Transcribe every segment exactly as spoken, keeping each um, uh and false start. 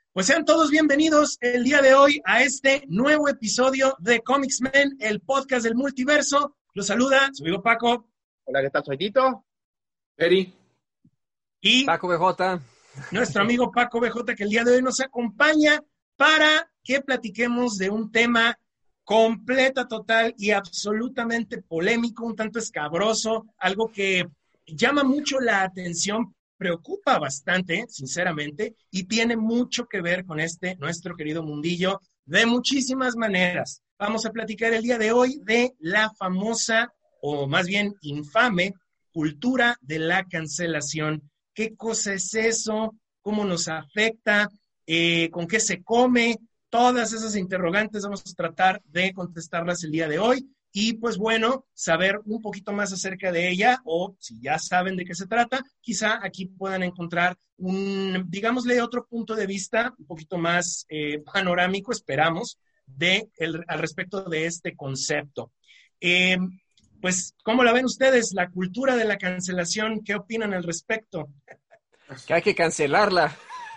Pues sean todos bienvenidos el día de hoy a este nuevo episodio de Comics Men, el podcast del multiverso. Los saluda su amigo Paco. Hola, ¿qué tal? Soy Tito. Eri. Y Paco B J. Nuestro amigo Paco B J, que el día de hoy nos acompaña para que platiquemos de un tema completa, total y absolutamente polémico, un tanto escabroso, algo que llama mucho la atención, preocupa bastante, sinceramente, y tiene mucho que ver con este, nuestro querido mundillo, de muchísimas maneras. Vamos a platicar el día de hoy de la famosa, o más bien infame, cultura de la cancelación. ¿Qué cosa es eso? ¿Cómo nos afecta? Eh, ¿Con qué se come? Todas esas interrogantes vamos a tratar de contestarlas el día de hoy. Y pues bueno, saber un poquito más acerca de ella, o si ya saben de qué se trata, quizá aquí puedan encontrar un, digámosle, otro punto de vista un poquito más eh, panorámico, esperamos, de el, al respecto de este concepto. Eh, pues, ¿cómo la ven ustedes? La cultura de la cancelación, ¿qué opinan al respecto? Que hay que cancelarla.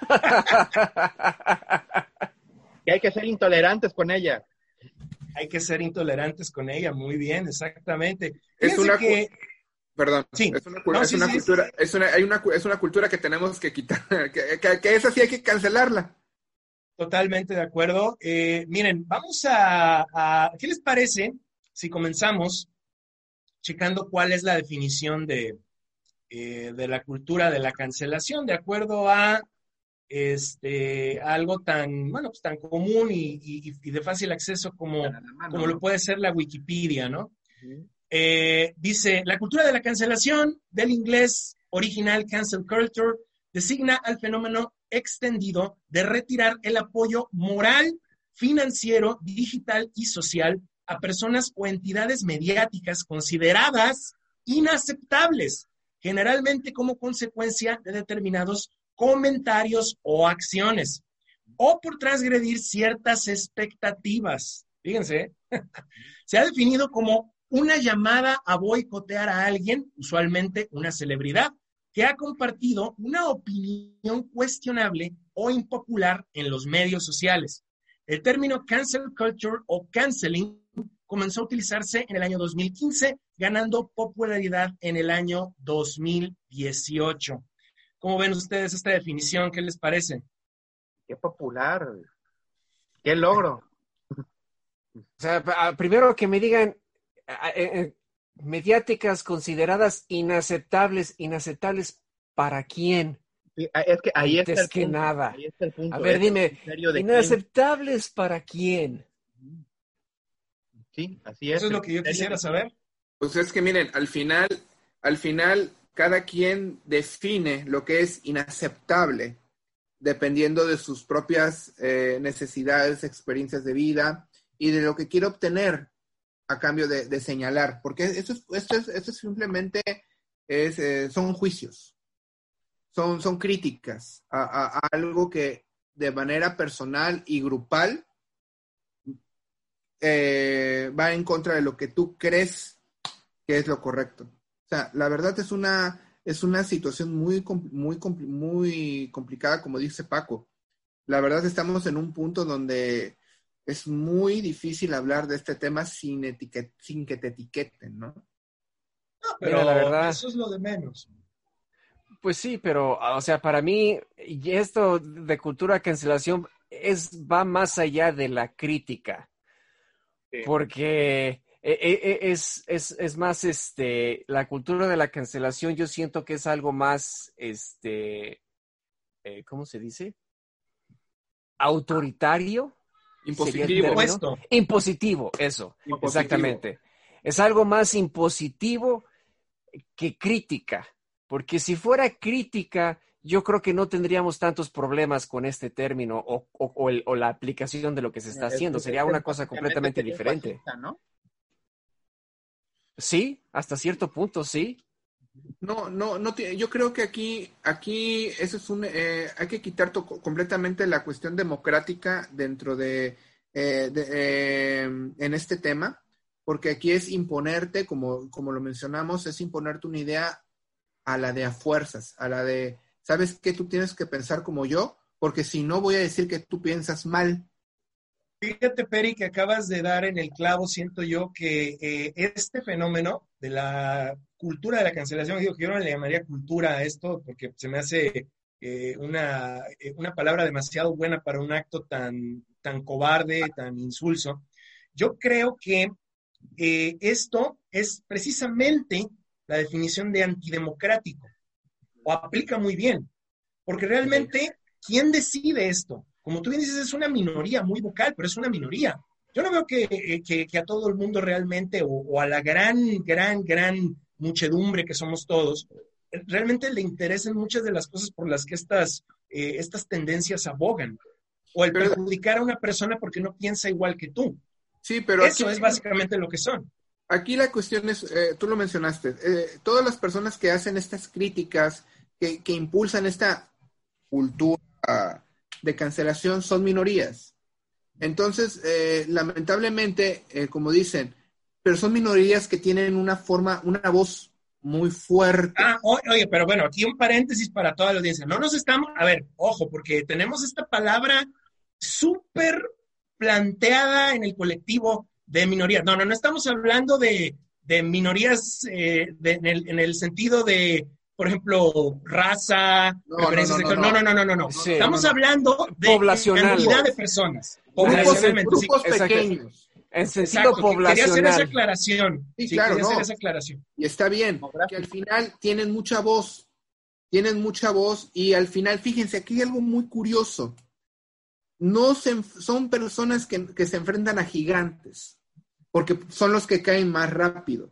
Que hay que ser intolerantes con ella. Hay que ser intolerantes con ella, muy bien, exactamente. Es una, que... perdón, sí. es una, no, es sí, una sí, cultura, sí. Es una, hay una, es una cultura que tenemos que quitar, que, que, que esa sí hay que cancelarla. Totalmente de acuerdo. Eh, miren, vamos a, a, ¿qué les parece si comenzamos checando cuál es la definición de, eh, de la cultura de la cancelación, de acuerdo a este, algo tan, bueno, pues tan común y, y, y de fácil acceso como, mano, como ¿no? lo puede ser la Wikipedia, ¿no? Uh-huh. Eh, dice, la cultura de la cancelación, del inglés original cancel culture, designa al fenómeno extendido de retirar el apoyo moral, financiero, digital y social a personas o entidades mediáticas consideradas inaceptables, generalmente como consecuencia de determinados comentarios o acciones, o por transgredir ciertas expectativas. Fíjense, se ha definido como una llamada a boicotear a alguien, usualmente una celebridad, que ha compartido una opinión cuestionable o impopular en los medios sociales. El término cancel culture o canceling comenzó a utilizarse en el año dos mil quince, ganando popularidad en el año dos mil dieciocho. ¿Cómo ven ustedes esta definición? ¿Qué les parece? Qué popular. Qué logro. O sea, primero que me digan eh, eh, mediáticas consideradas inaceptables, inaceptables ¿para quién? Sí, es que ahí Antes está el que punto. nada. Ahí está el punto. A ver, es dime, inaceptables quién. ¿para quién? Sí, así es. Eso es lo que yo quisiera saber. Pues es que miren, al final, al final, cada quien define lo que es inaceptable dependiendo de sus propias eh, necesidades, experiencias de vida y de lo que quiere obtener a cambio de, de señalar, porque esto es, esto es, esto es simplemente es, eh, son juicios, son, son críticas a, a, a algo que de manera personal y grupal eh, va en contra de lo que tú crees que es lo correcto. O sea, la verdad es una, es una situación muy, muy, muy complicada, como dice Paco. La verdad estamos en un punto donde es muy difícil hablar de este tema sin, etiquet, sin que te etiqueten, ¿no? No, pero Mira, la verdad, eso es lo de menos. Pues sí, pero, o sea, para mí, y esto de cultura de cancelación es, va más allá de la crítica. Sí. Porque es, es, es más, este, la cultura de la cancelación, yo siento que es algo más, este, eh, ¿cómo se dice? Autoritario. Impositivo. Impositivo, eso, impositivo. Exactamente. Es algo más impositivo que crítica, porque si fuera crítica, yo creo que no tendríamos tantos problemas con este término o, o, o, el, o la aplicación de lo que se está haciendo. Es, Sería es, una es, cosa completamente diferente. Fascista, ¿no? Sí, hasta cierto punto, sí. No, no, no. Yo creo que aquí, aquí, eso es un, eh, hay que quitar to- completamente la cuestión democrática dentro de, eh, de eh, en este tema, porque aquí es imponerte, como, como lo mencionamos, es imponerte una idea a la de a fuerzas, a la de, ¿sabes qué? Tú tienes que pensar como yo, porque si no voy a decir que tú piensas mal. Fíjate, Peri, que acabas de dar en el clavo, siento yo, que eh, este fenómeno de la cultura de la cancelación, digo que yo no le llamaría cultura a esto, porque se me hace eh, una, eh, una palabra demasiado buena para un acto tan, tan cobarde, tan insulso. Yo creo que eh, esto es precisamente la definición de antidemocrático, o aplica muy bien, porque realmente, ¿quién decide esto? Como tú bien dices, es una minoría muy vocal, pero es una minoría. Yo no veo que, que, que a todo el mundo realmente, o, o a la gran, gran, gran muchedumbre que somos todos, realmente le interesen muchas de las cosas por las que estas, eh, estas tendencias abogan. O el Pero, perjudicar a una persona porque no piensa igual que tú. Sí, pero Eso aquí, es básicamente lo que son. Aquí la cuestión es, eh, tú lo mencionaste, eh, todas las personas que hacen estas críticas, que, que impulsan esta cultura de cancelación son minorías. Entonces, eh, lamentablemente, eh, como dicen, pero son minorías que tienen una forma, una voz muy fuerte. Ah, oye, pero bueno, aquí un paréntesis para toda la audiencia. No nos estamos, a ver, ojo, porque tenemos esta palabra súper planteada en el colectivo de minorías. No, no, no estamos hablando de, de minorías eh, de, en, el, en el sentido de, por ejemplo, raza, no, preferencias no, no, sexuales. No, no, no, no, no. no. Sí, estamos no, no. hablando de Poblacional. cantidad de personas. Grupos, Poblacionalmente. grupos Sí. pequeños. En sentido Exacto, poblacional. quería hacer esa aclaración. Sí, Sí, claro, quería no. hacer esa aclaración. Y está bien, que al final tienen mucha voz, tienen mucha voz y al final, fíjense, aquí hay algo muy curioso. No se, son personas que, que se enfrentan a gigantes, porque son los que caen más rápido.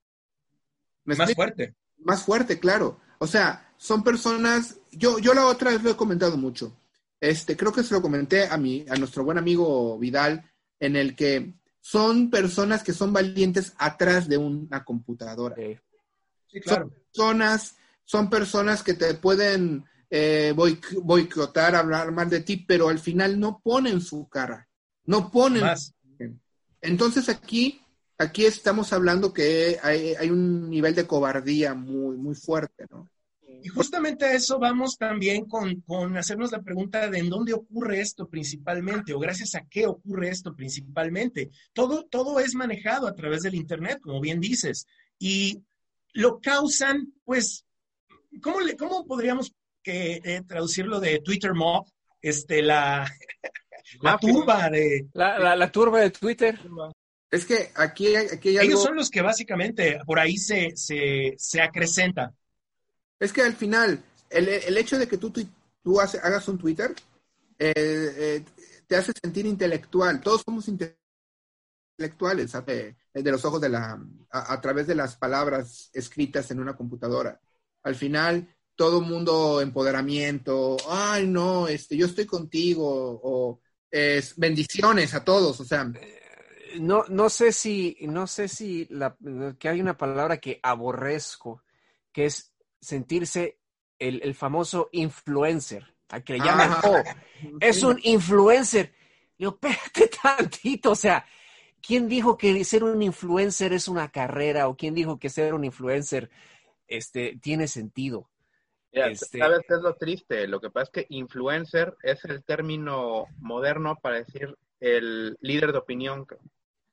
¿Me Más explico? fuerte. Más fuerte, claro. O sea, son personas, yo, yo la otra vez lo he comentado mucho. Este, creo que se lo comenté a mi, a nuestro buen amigo Vidal, en el que son personas que son valientes atrás de una computadora. Sí. Sí, claro. Son personas, son personas que te pueden eh, boic- boicotar, hablar mal de ti, pero al final no ponen su cara, no ponen. Más. Entonces aquí, aquí estamos hablando que hay, hay un nivel de cobardía muy, muy fuerte, ¿no? Y justamente a eso vamos también con, con hacernos la pregunta de en dónde ocurre esto principalmente, o gracias a qué ocurre esto principalmente. Todo, todo es manejado a través del Internet, como bien dices, y lo causan, pues, ¿cómo, le, cómo podríamos que, eh, traducirlo de Twitter Mob? Este, la, la turba de... La, la, la turba de Twitter. Es que aquí, aquí hay algo... Ellos son los que básicamente por ahí se, se, se acrecentan. Es que al final, el, el hecho de que tú, tú, tú hace, hagas un Twitter, eh, eh, te hace sentir intelectual. Todos somos intelectuales, ¿sabe? De los ojos de la, a, a través de las palabras escritas en una computadora. Al final, todo mundo empoderamiento, ay no, este, yo estoy contigo, o es, bendiciones a todos, o sea. No, no sé si, no sé si la, que hay una palabra que aborrezco, que es sentirse el, el famoso influencer, a que le llaman, Ajá. oh, es un influencer. Yo, espérate tantito, o sea, ¿quién dijo que ser un influencer es una carrera? ¿O quién dijo que ser un influencer este, tiene sentido? Mira, Este- ¿sabes qué es lo triste? Lo que pasa es que influencer es el término moderno para decir el líder de opinión. Que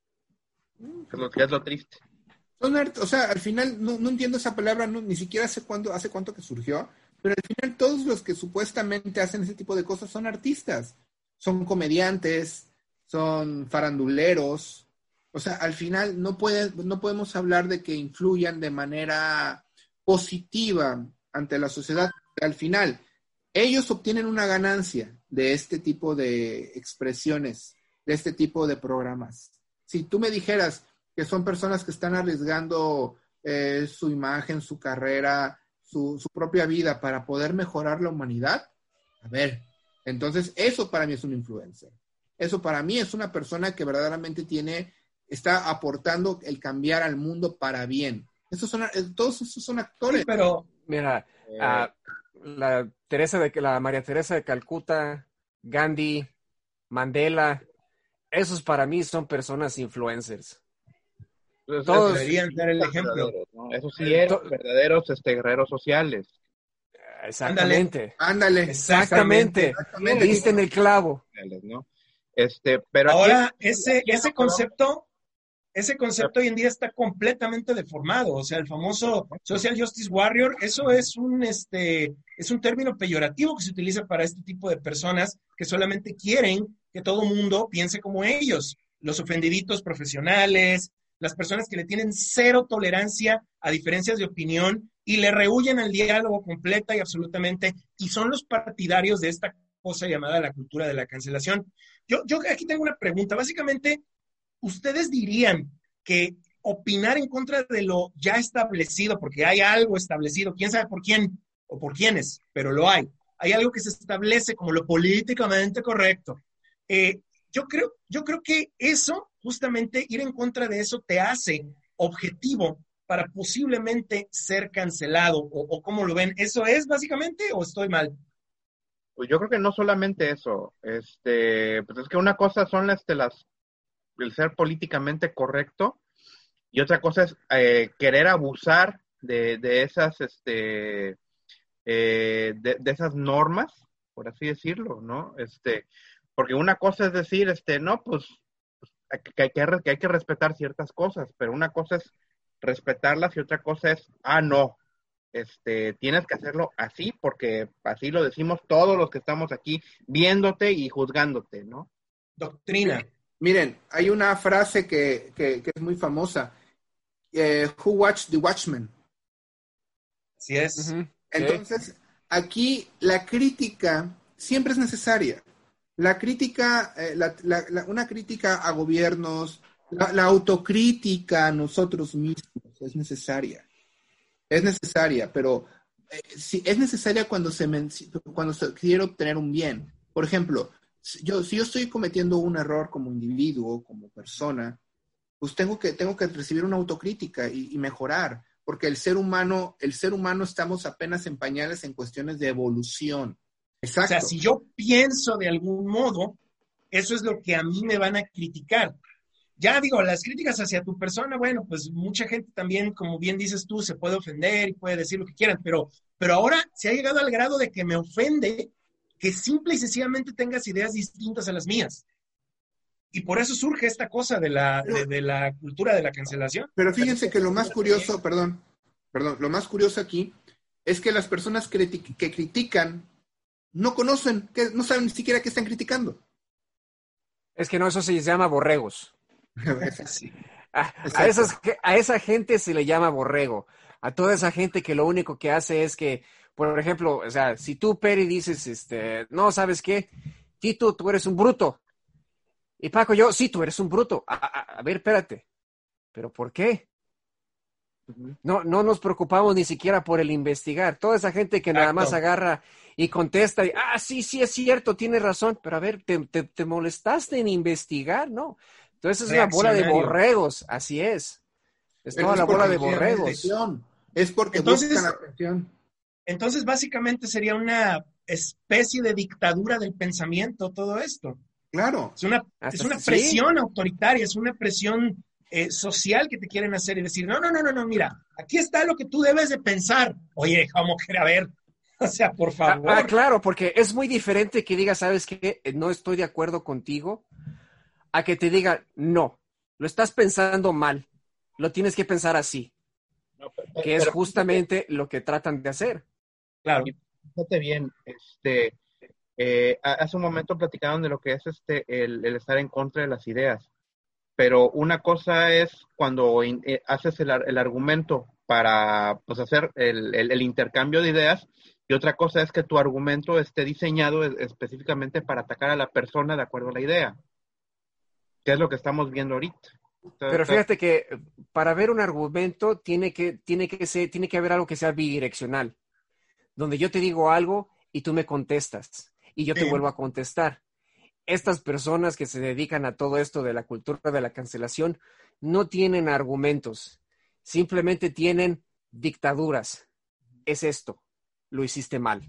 es lo que es lo triste. Son art- o sea, al final no, no entiendo esa palabra, no, ni siquiera sé cuándo, hace cuánto que surgió, pero al final todos los que supuestamente hacen ese tipo de cosas son artistas, son comediantes, son faranduleros, o sea, al final no puede, no podemos hablar de que influyan de manera positiva ante la sociedad. Al final, ellos obtienen una ganancia de este tipo de expresiones, de este tipo de programas. Si tú me dijeras que son personas que están arriesgando eh, su imagen, su carrera, su, su propia vida para poder mejorar la humanidad, a ver, entonces eso para mí es un influencer. Eso para mí es una persona que verdaderamente tiene, está aportando el cambiar al mundo para bien. Esos son, todos esos son actores. Sí, pero Mira, ah, la Teresa de la María Teresa de Calcuta, Gandhi, Mandela, esos para mí son personas influencers. Entonces, Todos- esos deberían dar el ejemplo. verdaderos, ¿no? Esos sí eran To- verdaderos este, guerreros sociales. Exactamente. Ándale. Exactamente. Exactamente. Diste en el clavo. ¿no? Este, pero Ahora, aquí- ese, aquí ese no concepto, ese concepto hoy en día está completamente deformado. O sea, el famoso Social Justice Warrior, eso es un, este, es un término peyorativo que se utiliza para este tipo de personas que solamente quieren que todo mundo piense como ellos. Los ofendiditos profesionales, las personas que le tienen cero tolerancia a diferencias de opinión y le rehuyen al diálogo completa y absolutamente, y son los partidarios de esta cosa llamada la cultura de la cancelación. Yo, yo aquí tengo una pregunta. Básicamente, ¿ustedes dirían que opinar en contra de lo ya establecido, porque hay algo establecido, quién sabe por quién o por quiénes, pero lo hay, hay algo que se establece como lo políticamente correcto? Eh, yo, creo, yo creo que eso, justamente ir en contra de eso, te hace objetivo para posiblemente ser cancelado, o, o ¿cómo lo ven? ¿Eso es básicamente o estoy mal? Pues yo creo que no solamente eso, este, pues es que una cosa son este, las, el ser políticamente correcto y otra cosa es eh, querer abusar de, de esas, este, eh, de, de esas normas, por así decirlo, ¿no? Este, porque una cosa es decir, este, no, pues, que hay que, que hay que respetar ciertas cosas, pero una cosa es respetarlas y otra cosa es, ah, no, este, tienes que hacerlo así porque así lo decimos todos los que estamos aquí viéndote y juzgándote, ¿no? Doctrina. Miren, hay una frase que, que, que es muy famosa. Eh, Who watched the Watchmen? Así es. Ujú. Entonces, Sí. aquí la crítica siempre es necesaria. La crítica, eh, la, la, la, una crítica a gobiernos, la, la autocrítica a nosotros mismos es necesaria. Es necesaria, pero eh, si, es necesaria cuando se, men- cuando se quiere obtener un bien. Por ejemplo, si yo, si yo estoy cometiendo un error como individuo, como persona, pues tengo que, tengo que recibir una autocrítica y, y mejorar, porque el ser humano, el ser humano estamos apenas en pañales en cuestiones de evolución. Exacto. O sea, si yo pienso de algún modo, eso es lo que a mí me van a criticar. Ya digo, las críticas hacia tu persona, bueno, pues mucha gente también, como bien dices tú, se puede ofender y puede decir lo que quieran, pero, pero ahora se ha llegado al grado de que me ofende que simple y sencillamente tengas ideas distintas a las mías. Y por eso surge esta cosa de la, de, de la cultura de la cancelación. Pero fíjense que lo más curioso, perdón, perdón, lo más curioso aquí es que las personas que, que critican no conocen, que no saben ni siquiera qué están criticando. Es que no, eso se llama borregos. Sí. A, a, esas, a esa gente se le llama borrego. A toda esa gente que lo único que hace es que, por ejemplo, o sea, si tú, Peri, dices, este, no, ¿sabes qué? Tito, tú eres un bruto. Y Paco, yo, sí, tú eres un bruto. A, a, a ver, espérate. ¿Pero por qué? No, no nos preocupamos ni siquiera por el investigar. Toda esa gente que Exacto. nada más agarra y contesta, y, ah, sí, sí, es cierto, tiene razón, pero a ver, ¿te, te, te molestaste en investigar? No. Entonces es una bola de borregos, así es. Es pero toda es la bola de buscan borregos. atención. Es porque entonces, buscan atención. Entonces, básicamente sería una especie de dictadura del pensamiento todo esto. Claro. Es una, es una presión ¿sí? autoritaria, es una presión eh, social que te quieren hacer y decir, no, no, no, no, no, mira, aquí está lo que tú debes de pensar. Oye, ¿cómo que a ver? O sea, por favor. Ah, ah, claro, porque es muy diferente que digas, ¿sabes qué? No estoy de acuerdo contigo, a que te diga, no, lo estás pensando mal, lo tienes que pensar así. No, pero, que es justamente fíjate, lo que tratan de hacer. Claro. Fíjate bien, este, eh, hace un momento platicaron de lo que es este el, el estar en contra de las ideas, pero una cosa es cuando in, eh, haces el, el argumento para pues, hacer el, el, el intercambio de ideas, y otra cosa es que tu argumento esté diseñado específicamente para atacar a la persona de acuerdo a la idea, que es lo que estamos viendo ahorita. Entonces, pero fíjate que para ver un argumento tiene que, tiene que ser, tiene que haber algo que sea bidireccional, donde yo te digo algo y tú me contestas y yo te sí. vuelvo a contestar. Estas personas que se dedican a todo esto de la cultura de la cancelación no tienen argumentos, simplemente tienen dictaduras. Es esto, lo hiciste mal.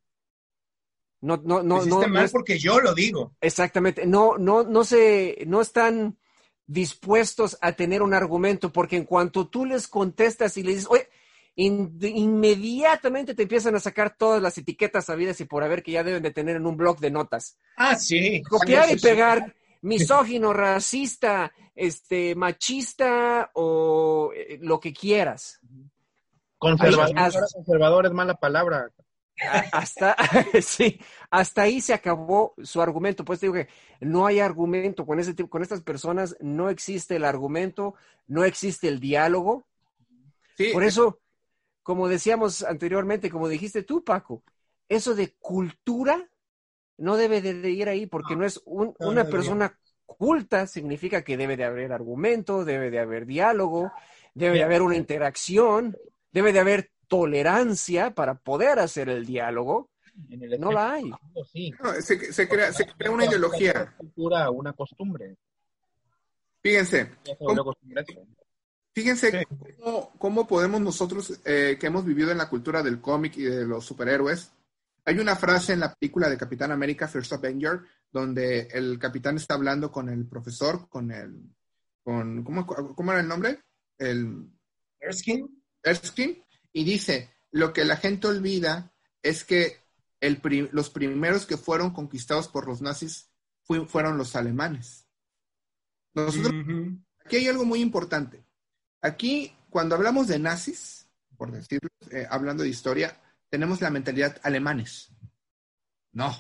No, no, no, lo hiciste no, mal no es, porque yo lo digo. Exactamente, no, no, no se, no están dispuestos a tener un argumento, porque en cuanto tú les contestas y les dices, oye, in, inmediatamente te empiezan a sacar todas las etiquetas sabidas y por haber que ya deben de tener en un blog de notas. Ah, sí. Copiar sí, y sí, pegar, sí. misógino, racista, este, machista o eh, lo que quieras. Conservador, Ahí, hasta, conservador es mala palabra. hasta, sí, hasta ahí se acabó su argumento. Pues te digo que no hay argumento con ese tipo, con estas personas no existe el argumento, no existe el diálogo. Sí, Por eso, como decíamos anteriormente, como dijiste tú, Paco, eso de cultura no debe de, de ir ahí porque no, no es un, no, una no persona culta, significa que debe de haber argumento, debe de haber diálogo, debe de haber una interacción, debe de haber tolerancia para poder hacer el diálogo. En el no la hay. Sí. No, se, se, crea, se crea una ideología. Una cultura, una costumbre. Fíjense. ¿Cómo, fíjense sí. cómo, cómo podemos nosotros, eh, que hemos vivido en la cultura del cómic y de los superhéroes, hay una frase en la película de Capitán América, First Avenger, donde el capitán está hablando con el profesor, con el, con, ¿cómo, cómo era el nombre? El Erskine. Erskine, y dice, lo que la gente olvida es que el prim, los primeros que fueron conquistados por los nazis fui, fueron los alemanes. Nosotros, uh-huh. Aquí hay algo muy importante. Aquí, cuando hablamos de nazis, por decirlo, eh, hablando de historia, tenemos la mentalidad alemanes. No.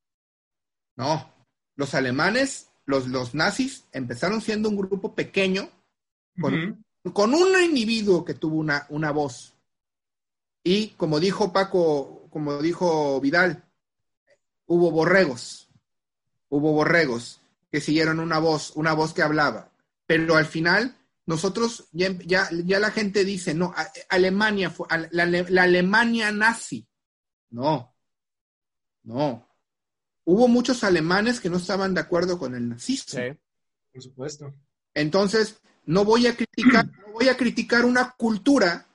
No. Los alemanes, los, los nazis, empezaron siendo un grupo pequeño con, uh-huh. con un individuo que tuvo una, una voz. Y como dijo Paco, como dijo Vidal, hubo borregos. Hubo borregos que siguieron una voz, una voz que hablaba. Pero al final, nosotros, ya, ya, ya la gente dice, no, Alemania fue, la, la Alemania nazi. No, no. Hubo muchos alemanes que no estaban de acuerdo con el nazismo. Sí, por supuesto. Entonces, no voy a criticar, no voy a criticar una cultura,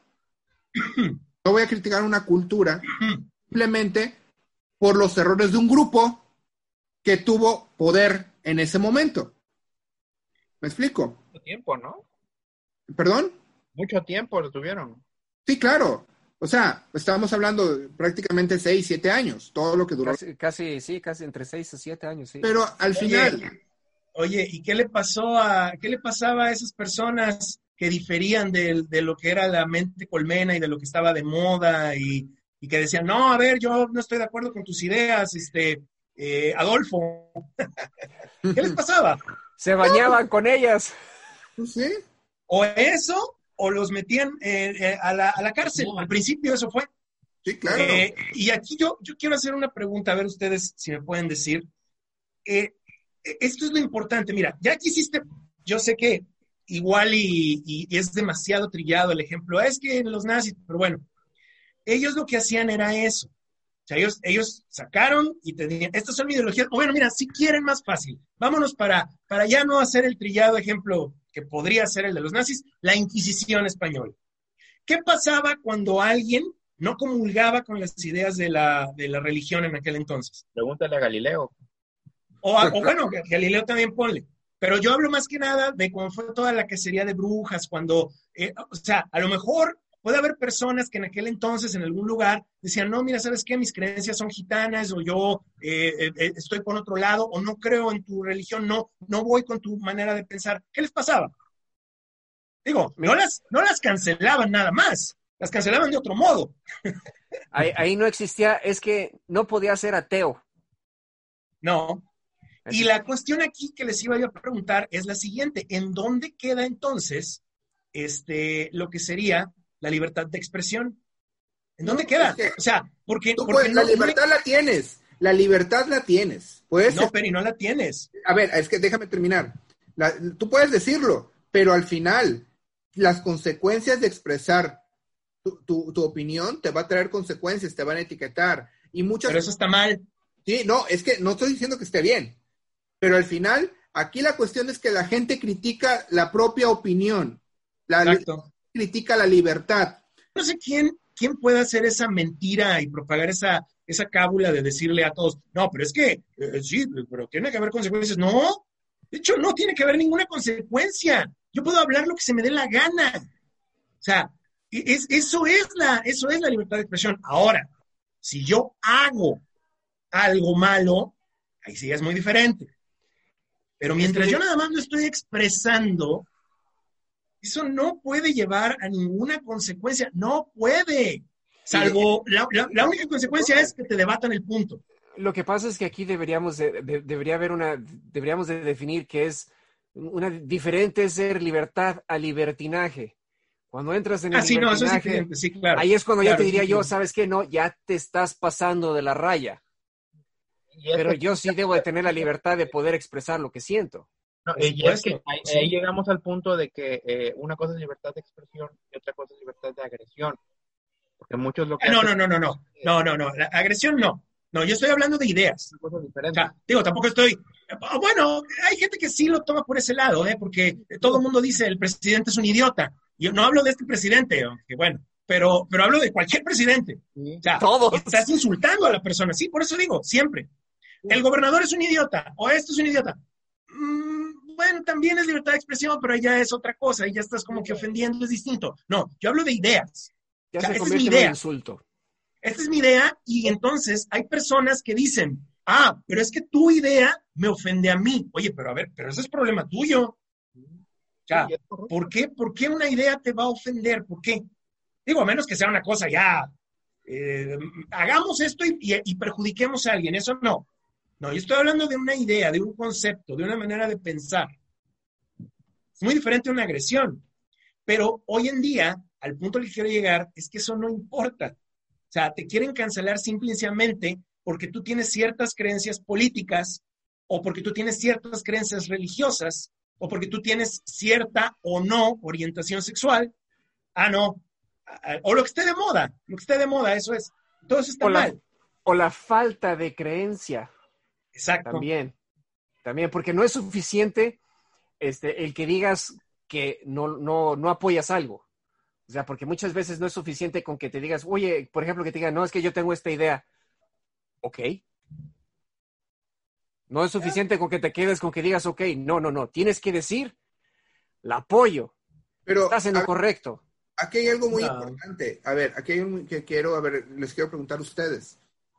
no voy a criticar una cultura, simplemente por los errores de un grupo que tuvo poder en ese momento. ¿Me explico? Mucho tiempo, ¿no? ¿Perdón? Mucho tiempo lo tuvieron. Sí, claro. O sea, estábamos hablando de prácticamente seis, siete años, todo lo que duró. Casi, casi sí, casi entre seis y siete años, sí. Pero al final... Oye, oye, ¿y qué le pasó a, qué le pasaba a esas personas que diferían de, de lo que era la mente colmena y de lo que estaba de moda y, y que decían, no, a ver, yo no estoy de acuerdo con tus ideas, este, eh, Adolfo? ¿Qué les pasaba? Se bañaban no. con ellas. ¿Sí? O eso, o los metían eh, eh, a, la, a la cárcel. Al principio eso fue. Sí, claro. Eh, y aquí yo, yo quiero hacer una pregunta, a ver ustedes si me pueden decir. Eh, esto es lo importante. Mira, ya que hiciste, yo sé que igual y, y, y es demasiado trillado el ejemplo, es que los nazis, pero bueno, ellos lo que hacían era eso. O sea, ellos, ellos sacaron y tenían, estas son ideologías, o bueno, mira, si quieren más fácil, vámonos para, para ya no hacer el trillado ejemplo que podría ser el de los nazis, la Inquisición española. ¿Qué pasaba cuando alguien no comulgaba con las ideas de la, de la religión en aquel entonces? Pregúntale a Galileo. O, a, o bueno, Galileo también ponle. Pero yo hablo más que nada de cuando fue toda la cacería de brujas, cuando, eh, o sea, a lo mejor puede haber personas que en aquel entonces, en algún lugar, decían, no, mira, ¿sabes qué? Mis creencias son gitanas, o yo eh, eh, estoy por otro lado, o no creo en tu religión, no, no voy con tu manera de pensar. ¿Qué les pasaba? Digo, no las, no las cancelaban nada más, las cancelaban de otro modo. Ahí, ahí no existía, es que no podía ser ateo. No. Y la cuestión aquí que les iba yo a preguntar es la siguiente, ¿en dónde queda entonces este, lo que sería la libertad de expresión? ¿En dónde no, queda? Es que, o sea, porque... Tú porque puedes, no, la libertad no... la tienes, la libertad la tienes. Puedes no, pero y no la tienes. A ver, es que déjame terminar. La, tú puedes decirlo, pero al final, las consecuencias de expresar tu, tu, tu opinión te va a traer consecuencias, te van a etiquetar. Y muchas... Pero eso está mal. Sí, no, es que no estoy diciendo que esté bien. Pero al final, aquí la cuestión es que la gente critica la propia opinión. La, Exacto. Critica la libertad. No sé quién, quién puede hacer esa mentira y propagar esa, esa cábula de decirle a todos, no, pero es que, eh, sí, pero tiene que haber consecuencias. No, de hecho, no tiene que haber ninguna consecuencia. Yo puedo hablar lo que se me dé la gana. O sea, Es, eso, es la, eso es la libertad de expresión. Ahora, si yo hago algo malo, ahí sí es muy diferente. Pero mientras yo nada más lo estoy expresando, eso no puede llevar a ninguna consecuencia. No puede. Salvo, la, la, la única consecuencia es que te debatan el punto. Lo que pasa es que aquí deberíamos de, de, debería haber una, deberíamos de definir que es una diferente ser libertad a libertinaje. Cuando entras en el ah, sí, libertinaje, no, eso es diferente, sí, claro. Ahí es cuando claro, ya te diría sí, yo, claro. ¿sabes qué? No, ya te estás pasando de la raya. Pero yo sí debo de tener la libertad de poder expresar lo que siento. No, y es que ahí, sí. ahí llegamos al punto de que eh, una cosa es libertad de expresión y otra cosa es libertad de agresión. Porque muchos lo que ah, no, hacen no, no, no, no, no, no, no, la agresión no. No, yo estoy hablando de ideas. Una cosa diferente. O sea, digo, tampoco estoy... Bueno, hay gente que sí lo toma por ese lado, ¿eh? Porque todo el mundo dice el presidente es un idiota. Yo no hablo de este presidente, que bueno, pero, pero hablo de cualquier presidente. Sí. O sea, todos. Estás insultando a la persona, sí, por eso digo, siempre. El gobernador es un idiota, o esto es un idiota. Mm, bueno, también es libertad de expresión, pero ya es otra cosa, y ya estás como que ofendiendo, es distinto. No, yo hablo de ideas. Ya o sea, se esta convierte es mi idea. en un insulto. Esta es mi idea, y entonces hay personas que dicen, ah, pero es que tu idea me ofende a mí. Oye, pero a ver, pero ese es problema tuyo. O sea, ¿por qué, ¿por qué una idea te va a ofender? ¿Por qué? Digo, a menos que sea una cosa ya, eh, hagamos esto y, y, y perjudiquemos a alguien, eso no. No, yo estoy hablando de una idea, de un concepto, de una manera de pensar. Es muy diferente a una agresión. Pero hoy en día, al punto al que quiero llegar, es que eso no importa. O sea, te quieren cancelar simplemente porque tú tienes ciertas creencias políticas, o porque tú tienes ciertas creencias religiosas, o porque tú tienes cierta o no orientación sexual. Ah, no. O lo que esté de moda. Lo que esté de moda, eso es. Todo eso está o la, mal. O la falta de creencia. Exacto. También. También, porque no es suficiente este, el que digas que no, no, no apoyas algo. O sea, porque muchas veces no es suficiente con que te digas, oye, por ejemplo, que te digan, no, es que yo tengo esta idea. Ok. No es suficiente con que te quedes con que digas, ok, no, no, no. Tienes que decir, la apoyo. Pero, estás en lo correcto. Aquí hay algo muy no. importante. A ver, aquí hay algo que quiero, a ver, les quiero preguntar a ustedes.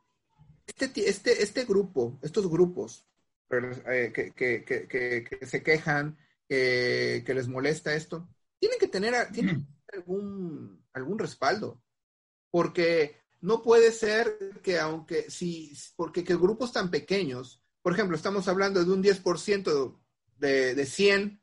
Este, este, este grupo, estos grupos eh, que, que, que, que, que se quejan, que, que les molesta esto, tienen que tener, tienen que tener algún, algún respaldo. Porque no puede ser que aunque, si, porque que grupos tan pequeños, por ejemplo, estamos hablando de un diez por ciento de, de cien,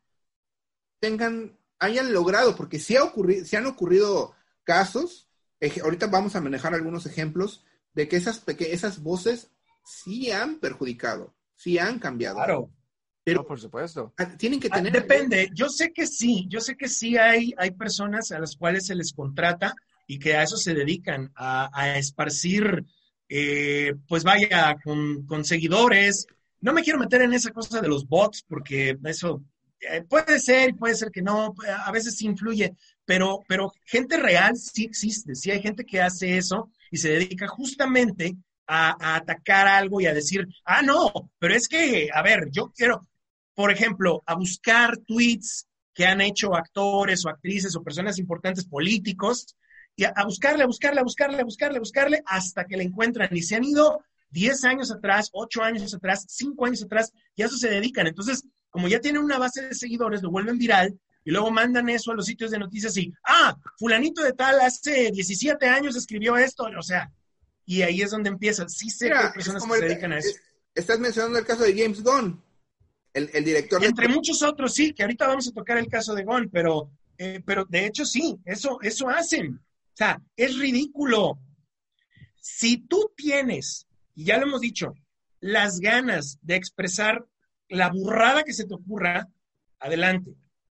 tengan, hayan logrado, porque sí, ha ocurrido, sí han ocurrido casos, eh, ahorita vamos a manejar algunos ejemplos, de que esas, peque- esas voces sí han perjudicado, sí han cambiado. Claro. Pero no, por supuesto. Tienen que tener... Ah, depende, yo sé que sí, yo sé que sí hay, hay personas a las cuales se les contrata y que a eso se dedican, a, a esparcir, eh, pues vaya, con, con seguidores. No me quiero meter en esa cosa de los bots, porque eso eh, puede ser, puede ser que no, a veces sí influye, pero, pero gente real sí existe, sí hay gente que hace eso y se dedica justamente a, a atacar algo y a decir, ah, no, pero es que, a ver, yo quiero, por ejemplo, a buscar tweets que han hecho actores o actrices o personas importantes políticos, y a, a buscarle, a buscarle, a buscarle, a buscarle, a buscarle, hasta que le encuentran. Y se han ido diez años atrás, ocho años atrás, cinco años atrás, y a eso se dedican. Entonces, como ya tienen una base de seguidores, lo vuelven viral, y luego mandan eso a los sitios de noticias y, ah, fulanito de tal hace diecisiete años escribió esto, o sea, y ahí es donde empieza. Sí sé Mira, que hay personas que el, se dedican a eso. Estás mencionando el caso de James Gunn. El, el director. Y entre de... muchos otros, sí, que ahorita vamos a tocar el caso de Gon, pero, eh, pero de hecho sí, eso, eso hacen. O sea, es ridículo. Si tú tienes, y ya lo hemos dicho, las ganas de expresar la burrada que se te ocurra, adelante.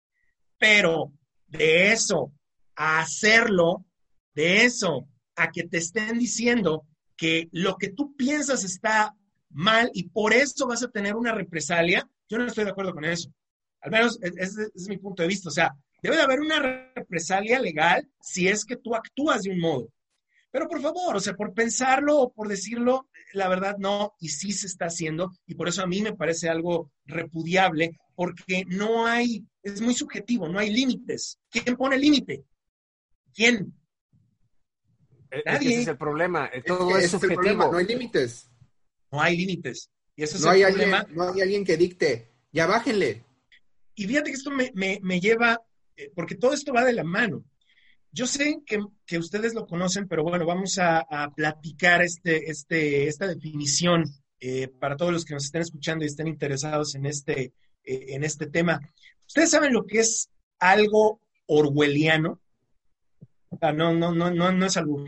Pero de eso a hacerlo, de eso a que te estén diciendo que lo que tú piensas está mal y por eso vas a tener una represalia, yo no estoy de acuerdo con eso. Al menos ese es, es, es mi punto de vista. O sea, debe de haber una represalia legal si es que tú actúas de un modo. Pero por favor, o sea, por pensarlo o por decirlo, la verdad no, y sí se está haciendo, y por eso a mí me parece algo repudiable, porque no hay, es muy subjetivo, no hay límites. ¿Quién pone límite? ¿Quién? Nadie. Ese es el problema. Todo es, es subjetivo. No hay límites. No hay límites. Y eso es no, el hay problema. Alguien, no hay alguien que dicte, ya bájenle. Y fíjate que esto me, me, me lleva, eh, porque todo esto va de la mano. Yo sé que, que ustedes lo conocen, pero bueno, vamos a, a platicar este, este, esta definición eh, para todos los que nos estén escuchando y estén interesados en este, eh, en este tema. ¿Ustedes saben lo que es algo orwelliano? Ah, no, no, no, no, no es algo.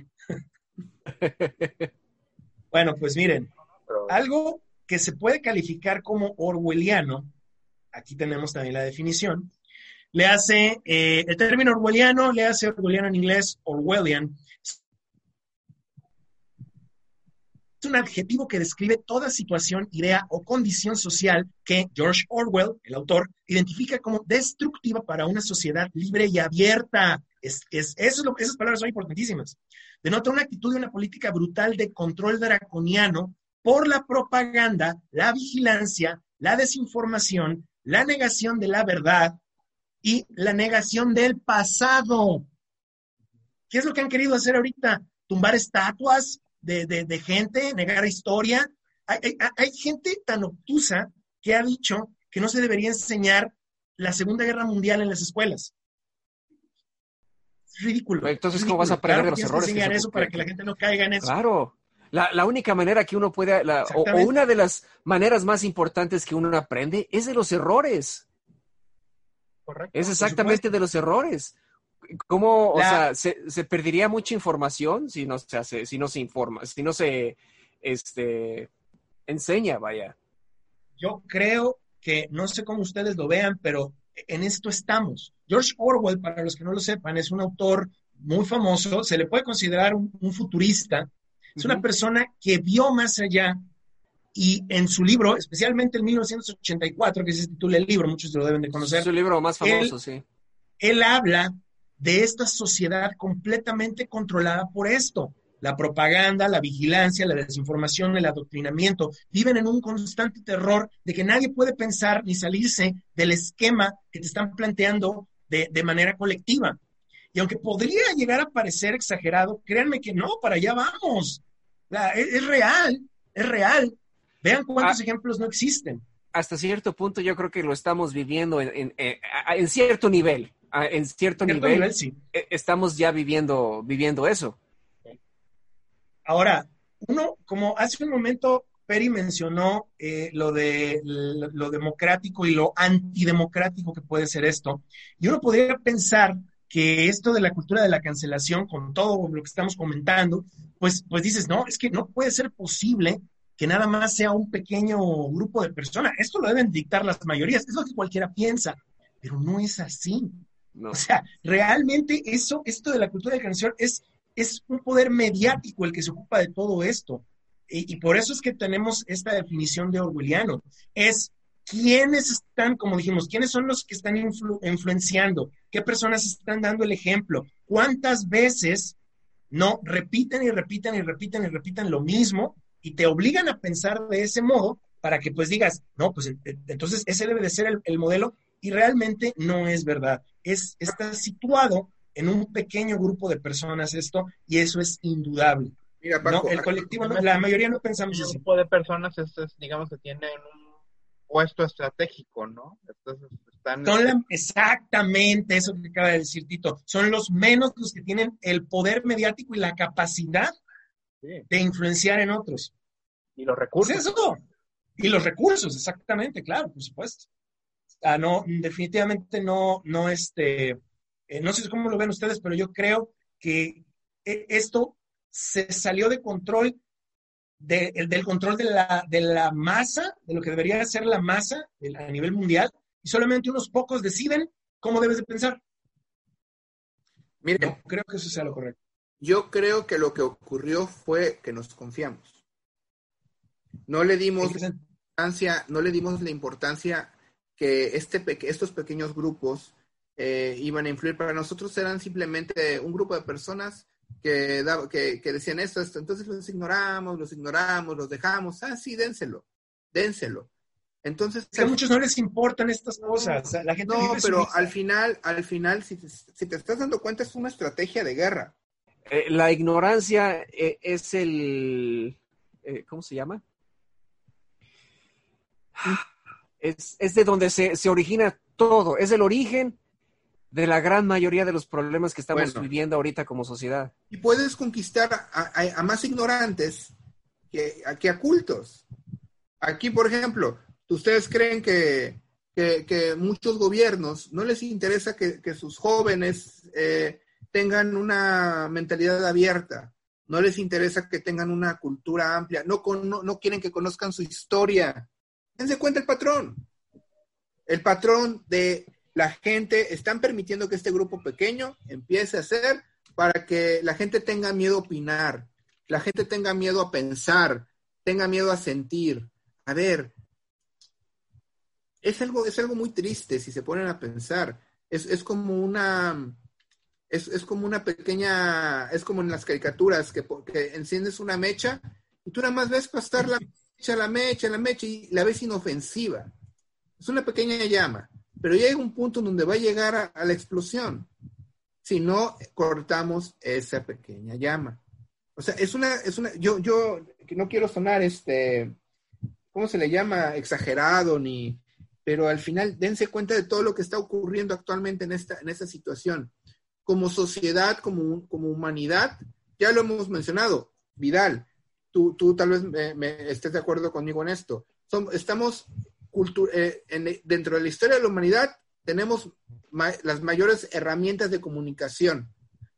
Bueno, pues miren, algo que se puede calificar como orwelliano, aquí tenemos también la definición, le hace, eh, el término orwelliano, le hace orwelliano en inglés, Orwellian, es un adjetivo que describe toda situación, idea o condición social que George Orwell, el autor, identifica como destructiva para una sociedad libre y abierta. Es, es, eso es lo, esas palabras son importantísimas. Denota una actitud y una política brutal de control draconiano por la propaganda, la vigilancia, la desinformación, la negación de la verdad y la negación del pasado. ¿Qué es lo que han querido hacer ahorita? ¿Tumbar estatuas de, de, de gente? ¿Negar historia? Hay, hay, hay gente tan obtusa que ha dicho que no se debería enseñar la Segunda Guerra Mundial en las escuelas. Es ridículo. Entonces, es ¿cómo ridículo. vas a aprender Claro, de los errores? Que enseñar que eso se... para que la gente no caiga en eso. Claro. La, la única manera que uno puede, la, o, o una de las maneras más importantes que uno aprende es de los errores. Correcto. Es exactamente de los errores. ¿Cómo, La... o sea, se, se perdería mucha información si no se hace, si no se informa, si no se este, enseña, vaya? Yo creo que, no sé cómo ustedes lo vean, pero en esto estamos. George Orwell, para los que no lo sepan, es un autor muy famoso, se le puede considerar un, un futurista. Es una persona que vio más allá y en su libro, especialmente en mil novecientos ochenta y cuatro, que se titula el libro, muchos lo deben de conocer. Su libro más famoso, él, sí. Él habla de esta sociedad completamente controlada por esto. La propaganda, la vigilancia, la desinformación, el adoctrinamiento. Viven en un constante terror de que nadie puede pensar ni salirse del esquema que te están planteando de, de manera colectiva. Y aunque podría llegar a parecer exagerado, créanme que no, para allá vamos. La, es, es real, es real. Vean cuántos ah, ejemplos no existen. Hasta cierto punto yo creo que lo estamos viviendo en, en, en, en cierto nivel. En cierto, cierto nivel, nivel sí. Estamos ya viviendo, viviendo eso. Ahora, uno, como hace un momento Peri mencionó eh, lo de lo, lo democrático y lo antidemocrático que puede ser esto, y uno podría pensar que esto de la cultura de la cancelación, con todo lo que estamos comentando, pues, pues dices, no, es que no puede ser posible que nada más sea un pequeño grupo de personas. Esto lo deben dictar las mayorías, es lo que cualquiera piensa, pero no es así. No. O sea, realmente eso, esto de la cultura de la cancelación es, es un poder mediático el que se ocupa de todo esto. Y, y por eso es que tenemos esta definición de orwelliano. Es quiénes están, como dijimos, quiénes son los que están influ, influenciando, qué personas están dando el ejemplo, cuántas veces no repiten y repiten y repiten y repiten lo mismo y te obligan a pensar de ese modo para que pues digas, no, pues entonces ese debe de ser el, el modelo, y realmente no es verdad. Es, está situado en un pequeño grupo de personas esto, y eso es indudable. Mira, Paco, no, el colectivo, no, la mayoría no pensamos así. Un grupo de personas es, es, digamos, que tienen un puesto estratégico, ¿no? Entonces, están... Son la, exactamente eso que acaba de decir Tito. Son los menos los que tienen el poder mediático y la capacidad sí. de influenciar en otros. Y los recursos. ¿Es eso? Y los recursos, exactamente, claro, por supuesto. Ah, no, definitivamente no, no, este, eh, no sé cómo lo ven ustedes, pero yo creo que eh, esto se salió de control, de, el, del control de la, de la masa, de lo que debería ser la masa de, a nivel mundial, y solamente unos pocos deciden cómo debes de pensar. Miren, no creo que eso sea lo correcto. Yo creo que lo que ocurrió fue que nos confiamos. No le dimos importancia, no le dimos la importancia que este, estos pequeños grupos eh, iban a influir. Para nosotros eran simplemente un grupo de personas que, da, que, que decían esto, esto, entonces los ignoramos, los ignoramos, los dejamos, ah, sí, dénselo, dénselo. Entonces, es que a muchos no les importan estas cosas. La gente no, vive su pero vida. al final, al final, si te, si te estás dando cuenta, es una estrategia de guerra. Eh, la ignorancia eh, es el... Eh, ¿cómo se llama? Es, es de donde se, se origina todo. Es el origen de la gran mayoría de los problemas que estamos Bueno. viviendo ahorita como sociedad. Y puedes conquistar a, a, a más ignorantes que, a, que a cultos. Aquí, por ejemplo, ¿ustedes creen que, que, que muchos gobiernos no les interesa que, que sus jóvenes eh, tengan una mentalidad abierta? No les interesa que tengan una cultura amplia. No, con, no, no quieren que conozcan su historia. Dense cuenta el patrón. El patrón de la gente, están permitiendo que este grupo pequeño empiece a hacer para que la gente tenga miedo a opinar, la gente tenga miedo a pensar, tenga miedo a sentir. A ver, es algo, es algo muy triste si se ponen a pensar. Es, es como una, es, es como una pequeña, es como en las caricaturas que, que enciendes una mecha y tú nada más ves pasar la mecha, la mecha, la mecha y la ves inofensiva. Es una pequeña llama, pero llega un punto en donde va a llegar a, a la explosión si no cortamos esa pequeña llama. O sea, es una, es una, yo, yo no quiero sonar este, ¿cómo se le llama? Exagerado, ni, pero al final dense cuenta de todo lo que está ocurriendo actualmente en esta, en esta situación. Como sociedad, como, como humanidad, ya lo hemos mencionado. Vidal, tú, tú tal vez me, me estés de acuerdo conmigo en esto. Som, estamos cultu- eh, en, dentro de la historia de la humanidad, tenemos ma- las mayores herramientas de comunicación,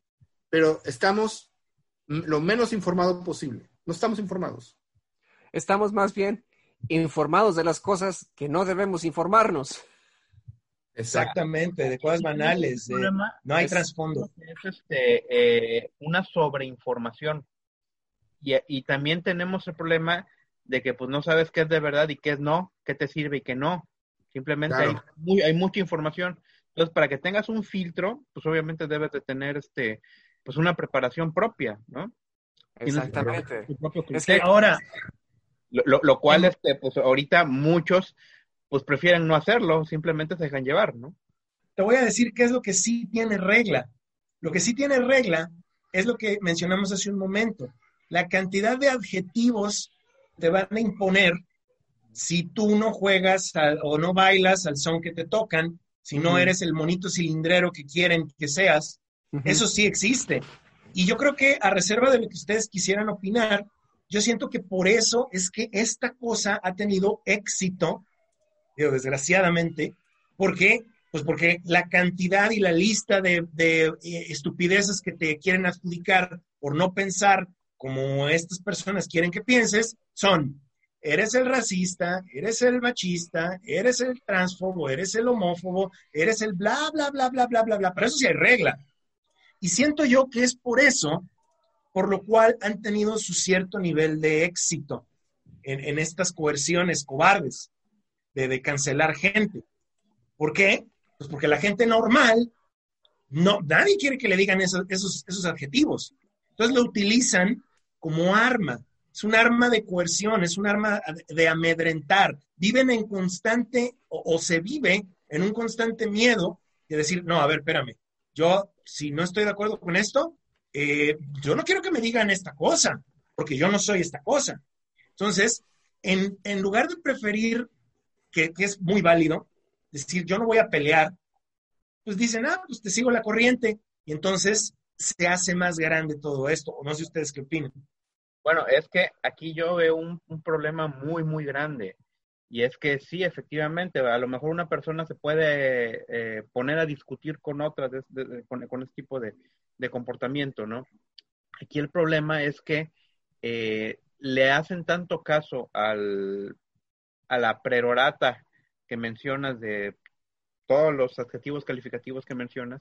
pero estamos lo menos informados posible. No estamos informados. Estamos más bien informados de las cosas que no debemos informarnos. Exactamente, de cosas banales. De, no hay es, trasfondo. Es este, eh, una sobreinformación. Y, y también tenemos el problema de que pues no sabes qué es de verdad y qué es no, qué te sirve y qué no. Simplemente Claro. hay, muy, hay mucha información. Entonces, para que tengas un filtro, pues obviamente debes de tener este, pues una preparación propia, ¿no? Exactamente. Tu propio Es que criterio. Ahora, Lo, lo, lo cual, en- este, pues ahorita muchos pues prefieren no hacerlo, simplemente se dejan llevar, ¿no? te voy a decir qué es lo que sí tiene regla. Lo que sí tiene regla es lo que mencionamos hace un momento. La cantidad de adjetivos te van a imponer si tú no juegas al, o no bailas al son que te tocan, si no Ujú. eres el monito cilindrero que quieren que seas. Ujú. Eso sí existe. Y yo creo que a reserva de lo que ustedes quisieran opinar, yo siento que por eso es que esta cosa ha tenido éxito, digo, desgraciadamente. ¿Por qué? Pues porque la cantidad y la lista de, de eh, estupideces que te quieren adjudicar por no pensar como estas personas quieren que pienses son: eres el racista, eres el machista, eres el transfobo, eres el homófobo, eres el bla, bla, bla, bla, bla, bla, bla. Pero eso sí hay regla. Y siento yo que es por eso, por lo cual han tenido su cierto nivel de éxito en, en estas coerciones cobardes de, de cancelar gente. ¿Por qué? Pues porque la gente normal, no, nadie quiere que le digan esos, esos, esos adjetivos. Entonces lo utilizan como arma. Es un arma de coerción, es un arma de amedrentar. Viven en constante, o, o se vive en un constante miedo de decir, no, a ver, espérame, yo si no estoy de acuerdo con esto, eh, yo no quiero que me digan esta cosa, porque yo no soy esta cosa. Entonces, en, en lugar de preferir, que, que es muy válido, decir, yo no voy a pelear, pues dicen, ah, pues te sigo la corriente, y entonces se hace más grande todo esto, o no sé ustedes qué opinan. Bueno, es que aquí yo veo un, un problema muy, muy grande. Y es que sí, efectivamente, a lo mejor una persona se puede eh, poner a discutir con otras de, de, de, con, con este tipo de, de comportamiento, ¿no? Aquí el problema es que eh, le hacen tanto caso al, a la prerogata que mencionas de todos los adjetivos calificativos que mencionas,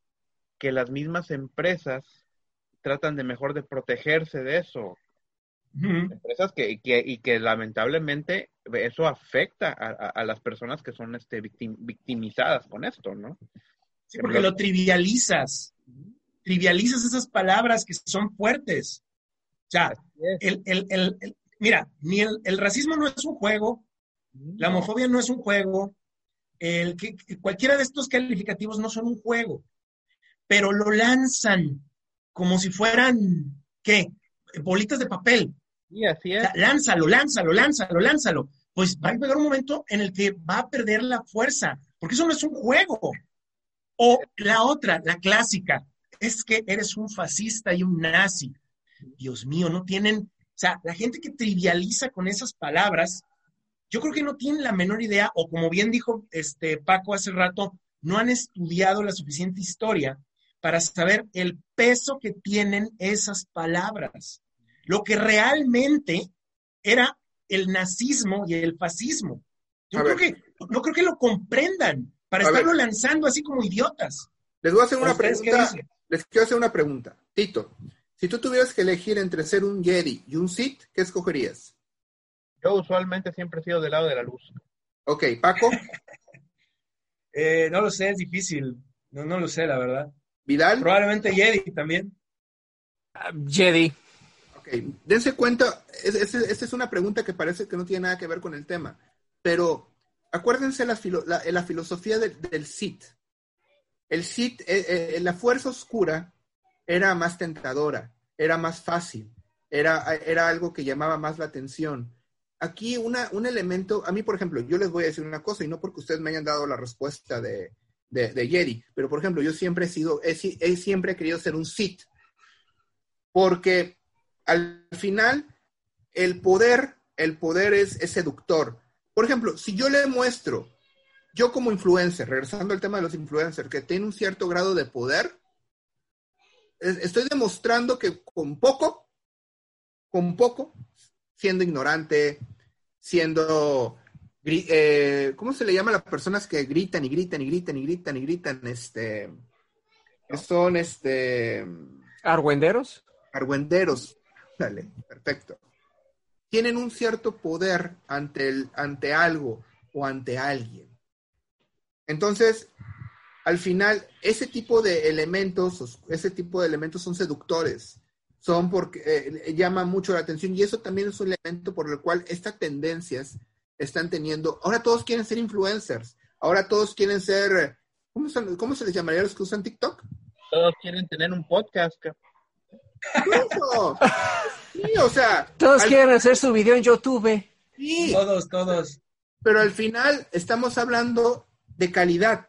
que las mismas empresas tratan de mejor de protegerse de eso. Uh-huh. Empresas que, que, y que lamentablemente eso afecta a, a, a las personas que son este, victim, victimizadas con esto, ¿no? Sí, porque lo trivializas. Trivializas esas palabras que son fuertes. O sea, el, el, el, el, mira, ni el, el racismo no es un juego, La homofobia no es un juego. El que, cualquiera de estos calificativos no son un juego, pero lo lanzan como si fueran, ¿qué? Bolitas de papel. Sí, así es. O sea, lánzalo, lánzalo, lánzalo, lánzalo. Pues va a llegar un momento en el que va a perder la fuerza, porque eso no es un juego. O la otra, la clásica, es que eres un fascista y un nazi. Dios mío, no tienen, o sea, la gente que trivializa con esas palabras, yo creo que no tienen la menor idea, o como bien dijo este Paco hace rato, no han estudiado la suficiente historia para saber el peso que tienen esas palabras. Lo que realmente era el nazismo y el fascismo. Yo creo que, no creo que lo comprendan para A estarlo ver. lanzando así como idiotas. Les voy a hacer una ¿Ustedes qué pregunta. dicen? Les quiero hacer una pregunta. Tito, si tú tuvieras que elegir entre ser un Jedi y un Sith, ¿qué escogerías? Yo usualmente siempre he sido del lado de la luz. Ok, Paco, Eh, no lo sé, es difícil. No, no lo sé, la verdad. Vidal. Probablemente Jedi también. Uh, Jedi. Ok, dense cuenta, es- es- esta es una pregunta que parece que no tiene nada que ver con el tema, pero acuérdense la, filo- la, la filosofía del, del Sith. El Sith, eh, eh, la fuerza oscura era más tentadora, era más fácil, era, era algo que llamaba más la atención. Aquí una, un elemento, a mí por ejemplo, yo les voy a decir una cosa, y no porque ustedes me hayan dado la respuesta de, de, de Jedi, pero por ejemplo, yo siempre he sido, he, si- he siempre querido ser un Sith, porque al final el poder, el poder es, es seductor. Por ejemplo, si yo le muestro, yo como influencer, regresando al tema de los influencers, que tiene un cierto grado de poder, es- estoy demostrando que con poco, con poco, siendo ignorante, siendo, gri- eh, ¿cómo se le llama a las personas que gritan y gritan y gritan y gritan y gritan? Este, que son este, ¿Argüenderos? argüenderos. Dale, perfecto. Tienen un cierto poder ante, el, ante algo o ante alguien. Entonces, al final, ese tipo de elementos, ese tipo de elementos son seductores, son porque eh, llaman mucho la atención y eso también es un elemento por el cual estas tendencias están teniendo. Ahora todos quieren ser influencers, ahora todos quieren ser, ¿cómo, son, cómo se les llamaría a los que usan TikTok? Todos quieren tener un podcast. ca- Eso. Sí, o sea, Todos al- quieren hacer su video en YouTube. sí, Todos, todos. pero al final estamos hablando de calidad.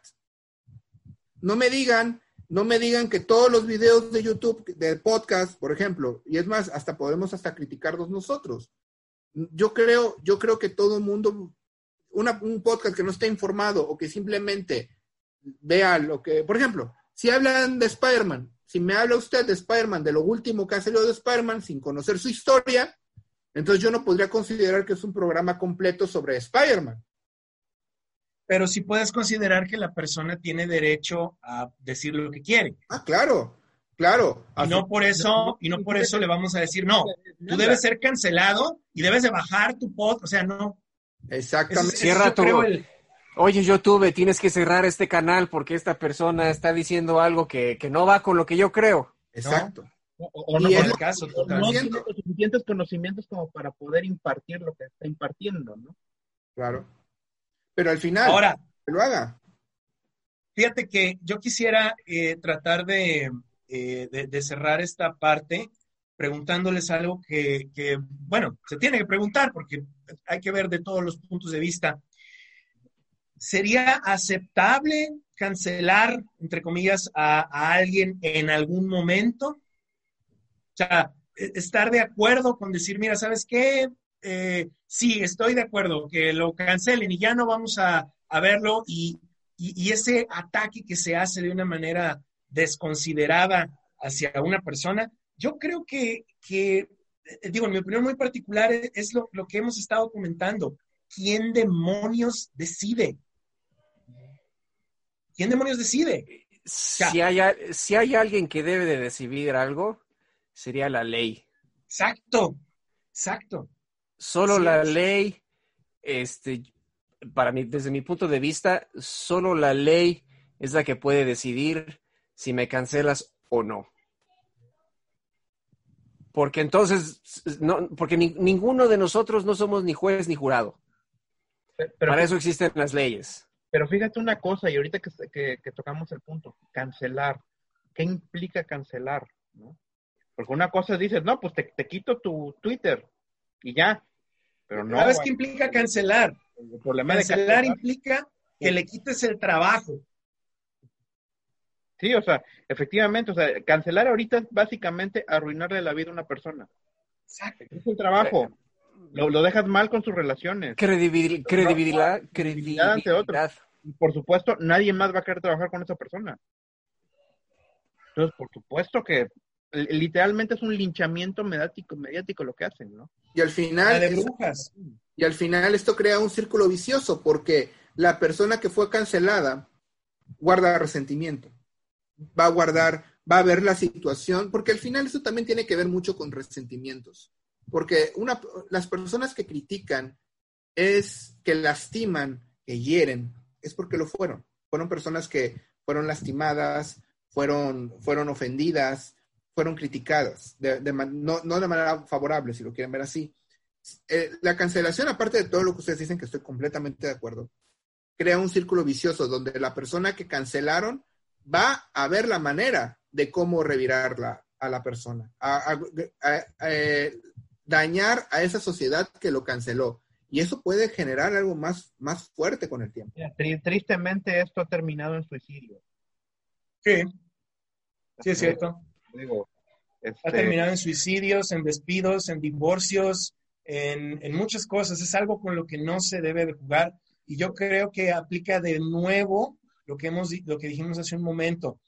No me digan, no me digan que todos los videos de YouTube, de podcast, por ejemplo, y es más, hasta podemos hasta criticarlos nosotros. Yo creo, yo creo que todo el mundo, una, un podcast que no esté informado o que simplemente vea lo que, por ejemplo, si hablan de Spider-Man, si me habla usted de Spider-Man, de lo último que ha salido de Spider-Man, sin conocer su historia, entonces yo no podría considerar que es un programa completo sobre Spider-Man. Pero sí puedes considerar que la persona tiene derecho a decir lo que quiere. Ah, claro, claro. Y no por eso, y no por eso le vamos a decir, no, tú debes ser cancelado y debes de bajar tu podcast. O sea, no. Exactamente. Ese es- Cierra yo creo tu- el- Oye, YouTube, tienes que cerrar este canal porque esta persona está diciendo algo que, que no va con lo que yo creo. Exacto. O, o Y no, es o el no- caso, o no totalmente. tiene los suficientes conocimientos como para poder impartir lo que está impartiendo, ¿no? Claro. Pero al final, Ahora, que lo haga. fíjate que yo quisiera eh, tratar de, eh, de, de cerrar esta parte preguntándoles algo que, que, bueno, se tiene que preguntar porque hay que ver de todos los puntos de vista. ¿Sería aceptable cancelar, entre comillas, a, a alguien en algún momento? O sea, e- estar de acuerdo con decir, mira, ¿sabes qué? Eh, sí, estoy de acuerdo, que lo cancelen y ya no vamos a, a verlo y, y, y ese ataque que se hace de una manera desconsiderada hacia una persona, yo creo que, que eh, digo, en mi opinión muy particular, es, es lo, lo que hemos estado comentando. ¿Quién demonios decide? ¿Quién demonios decide? Si hay, a- si hay alguien que debe de decidir algo, sería la ley. Exacto, exacto. Solo Así la es. ley, este, para mí, desde mi punto de vista, solo la ley es la que puede decidir si me cancelas o no. Porque entonces, no, porque ni- ninguno de nosotros no somos ni juez ni jurado. Pero, pero Para eso existen las leyes. Pero fíjate una cosa, y ahorita que, que, que tocamos el punto, cancelar. ¿Qué implica cancelar? ¿No? Porque una cosa dices, no, pues te, te quito tu Twitter y ya. Pero no. ¿Sabes qué implica cancelar? El problema Cancelar, de cancelar implica que le quites el trabajo. Sí, o sea, efectivamente, o sea, cancelar ahorita es básicamente arruinarle la vida a una persona. Exacto. Es el trabajo. Lo, lo dejas mal con sus relaciones. Credibil- credibilidad, Credibilidad ante otros. credibilidad. Y por supuesto, nadie más va a querer trabajar con esa persona. Entonces, por supuesto que literalmente es un linchamiento mediático, mediático lo que hacen, ¿no? Y al final... La de brujas. Y al final esto crea un círculo vicioso porque la persona que fue cancelada guarda resentimiento. Va a guardar, va a ver la situación, porque al final eso también tiene que ver mucho con resentimientos. Porque una, las personas que critican es que lastiman, que hieren, es porque lo fueron. Fueron personas que fueron lastimadas, fueron, fueron ofendidas, fueron criticadas, de, de, no, no de manera favorable, si lo quieren ver así. Eh, la cancelación, aparte de todo lo que ustedes dicen, que estoy completamente de acuerdo, crea un círculo vicioso donde la persona que cancelaron va a ver la manera de cómo revirarla a la persona, a, a, a, a eh, dañar a esa sociedad que lo canceló. Y eso puede generar algo más, más fuerte con el tiempo. Tristemente esto ha terminado en suicidio. Sí, sí es cierto. Digo, este... Ha terminado en suicidios, en despidos, en divorcios, en, en muchas cosas. Es algo con lo que no se debe de jugar. Y yo creo que aplica de nuevo lo que, hemos, lo que dijimos hace un momento.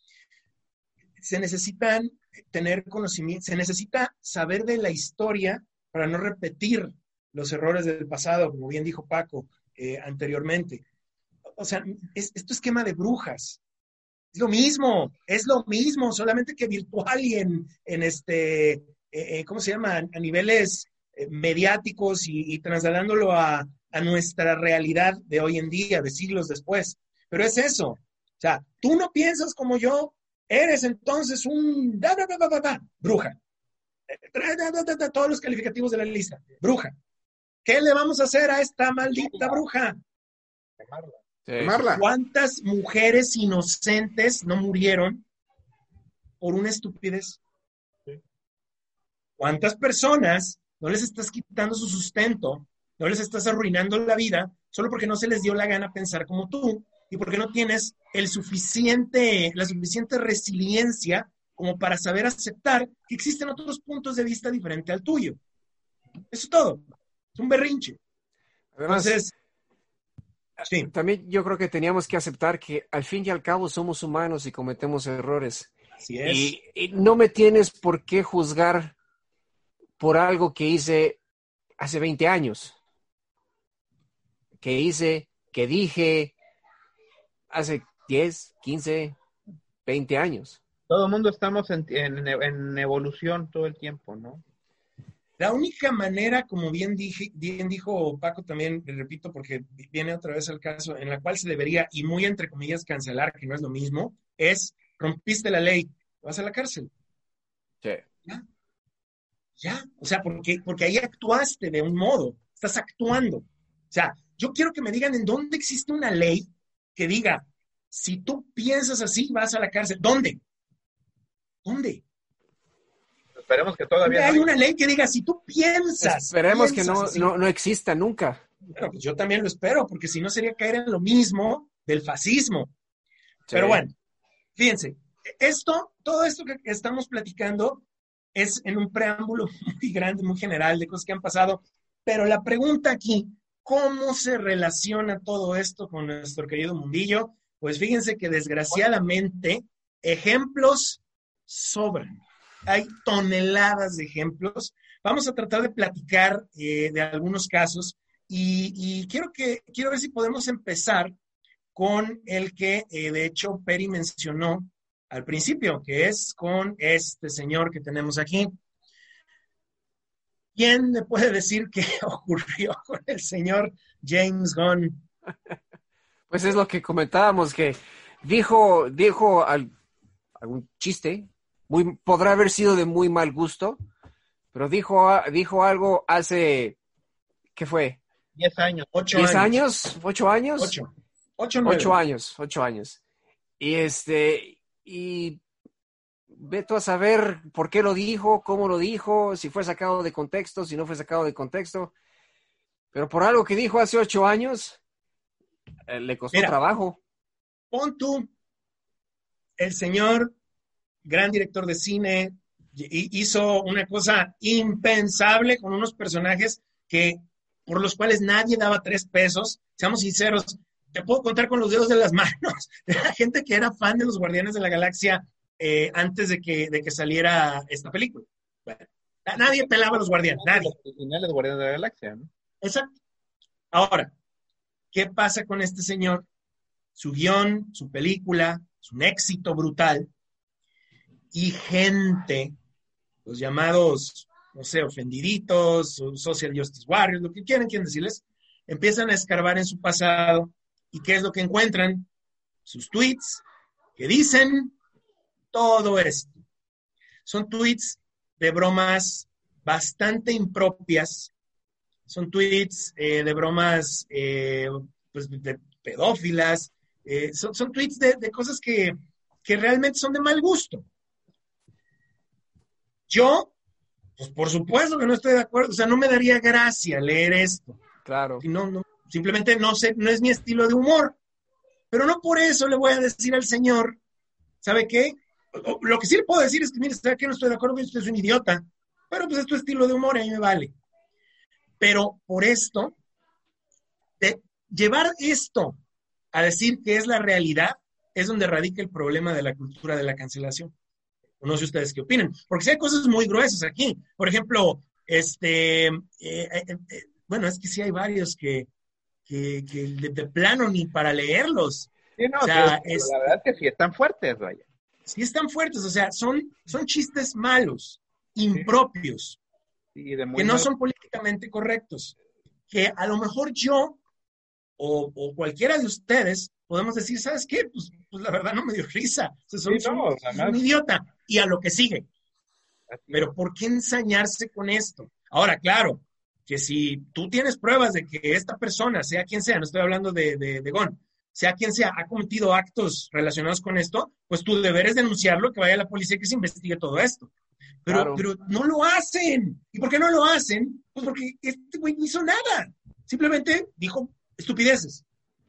Se necesitan tener conocimiento, se necesita saber de la historia para no repetir los errores del pasado, como bien dijo Paco eh, anteriormente. O sea, es, esto es quema de brujas. Es lo mismo, es lo mismo, solamente que virtual y en, en este, eh, eh, ¿cómo se llama? A niveles eh, mediáticos y, y trasladándolo a, a nuestra realidad de hoy en día, de siglos después. Pero es eso. O sea, tú no piensas como yo, eres entonces un da, da, da, da, da, da, bruja. Da, da, da, da, da, todos los calificativos de la lista. Bruja. ¿Qué le vamos a hacer a esta maldita bruja? Quemarla. Sí. Quemarla. ¿Cuántas mujeres inocentes no murieron por una estupidez? ¿Cuántas personas no les estás quitando su sustento, no les estás arruinando la vida solo porque no se les dio la gana pensar como tú y porque no tienes el suficiente, la suficiente resiliencia como para saber aceptar que existen otros puntos de vista diferentes al tuyo? Eso es todo. Es un berrinche. Además, Entonces, sí. También yo creo que teníamos que aceptar que al fin y al cabo somos humanos y cometemos errores. Así es. Y, y no me tienes por qué juzgar por algo que hice hace veinte años. Que hice, que dije hace diez, quince, veinte años. Todo el mundo estamos en, en, en evolución todo el tiempo, ¿no? La única manera, como bien, dije, bien dijo Paco también, le repito porque viene otra vez al caso, en la cual se debería, y muy entre comillas, cancelar, que no es lo mismo, es rompiste la ley, vas a la cárcel. Sí. Ya. Ya. O sea, porque, porque ahí actuaste de un modo, estás actuando. O sea, yo quiero que me digan en dónde existe una ley que diga, si tú piensas así, vas a la cárcel. ¿Dónde? ¿Dónde? Esperemos que todavía hay no una ley que diga, si tú piensas... Esperemos piensas que no, así, no, no exista nunca. Bueno, pues yo también lo espero, porque si no sería caer en lo mismo del fascismo. Sí. Pero bueno, fíjense, esto, todo esto que estamos platicando es en un preámbulo muy grande, muy general de cosas que han pasado, pero la pregunta aquí, ¿cómo se relaciona todo esto con nuestro querido mundillo? Pues fíjense que desgraciadamente ejemplos sobran. Hay toneladas de ejemplos. Vamos a tratar de platicar eh, de algunos casos y, y quiero, que, quiero ver si podemos empezar con el que, eh, de hecho, Peri mencionó al principio, que es con este señor que tenemos aquí. ¿Quién me puede decir qué ocurrió con el señor James Gunn? Pues es lo que comentábamos, que dijo, dijo al, algún chiste, muy, podrá haber sido de muy mal gusto, pero dijo, dijo algo hace, ¿qué fue? Diez años. Ocho ¿Diez años. años? ¿Ocho años? Ocho. Ocho, nueve. Ocho años, ocho años. Y este, y ve tú a saber por qué lo dijo, cómo lo dijo, si fue sacado de contexto, si no fue sacado de contexto. Pero por algo que dijo hace ocho años, eh, le costó Mira, trabajo. Pon tú, el señor, gran director de cine, hizo una cosa impensable con unos personajes que, por los cuales nadie daba tres pesos. Seamos sinceros, te puedo contar con los dedos de las manos de la gente que era fan de los Guardianes de la Galaxia eh, antes de que, de que saliera esta película. Bueno, nadie pelaba a los Guardianes, nadie. Los originales Guardianes de la Galaxia, ¿no? Exacto. Ahora, ¿qué pasa con este señor? Su guión, su película, es un éxito brutal, y gente, los llamados, no sé, ofendiditos, social justice warriors, lo que quieran, quieren decirles, empiezan a escarbar en su pasado, y ¿qué es lo que encuentran? Sus tweets que dicen todo esto. Son tweets de bromas bastante impropias, son tweets eh, de bromas eh, pues, de pedófilas, eh, son, son tweets de, de cosas que, que realmente son de mal gusto. Yo, pues por supuesto que no estoy de acuerdo, o sea, no me daría gracia leer esto. Claro. No, no, simplemente no sé, no es mi estilo de humor. Pero no por eso le voy a decir al señor, ¿sabe qué? Lo que sí le puedo decir es que, mire, ¿sabe qué? No estoy de acuerdo, que usted es un idiota. Pero pues es tu estilo de humor y a mí me vale. Pero por esto, de llevar esto a decir que es la realidad, es donde radica el problema de la cultura de la cancelación. No sé ustedes qué opinan, porque sí hay cosas muy gruesas aquí. Por ejemplo, este, eh, eh, eh, bueno, es que sí hay varios que, que, que de, de plano ni para leerlos. Sí, no, o sea, sí, es, la verdad es que sí están fuertes, vaya. Sí están fuertes, o sea, son, son chistes malos, impropios, sí, de muy que no mal... son políticamente correctos, que a lo mejor yo o, o cualquiera de ustedes podemos decir, ¿sabes qué? Pues, pues la verdad no me dio risa, o sea, son, sí, no, son, son un idiota, y a lo que sigue. Así Pero es. ¿por qué ensañarse con esto? Ahora, claro, que si tú tienes pruebas de que esta persona, sea quien sea, no estoy hablando de, de, de Gon, sea quien sea, ha cometido actos relacionados con esto, pues tu deber es denunciarlo, que vaya a la policía y que se investigue todo esto. Pero, Claro. pero no lo hacen. ¿Y por qué no lo hacen? Pues porque este güey no hizo nada. Simplemente dijo estupideces.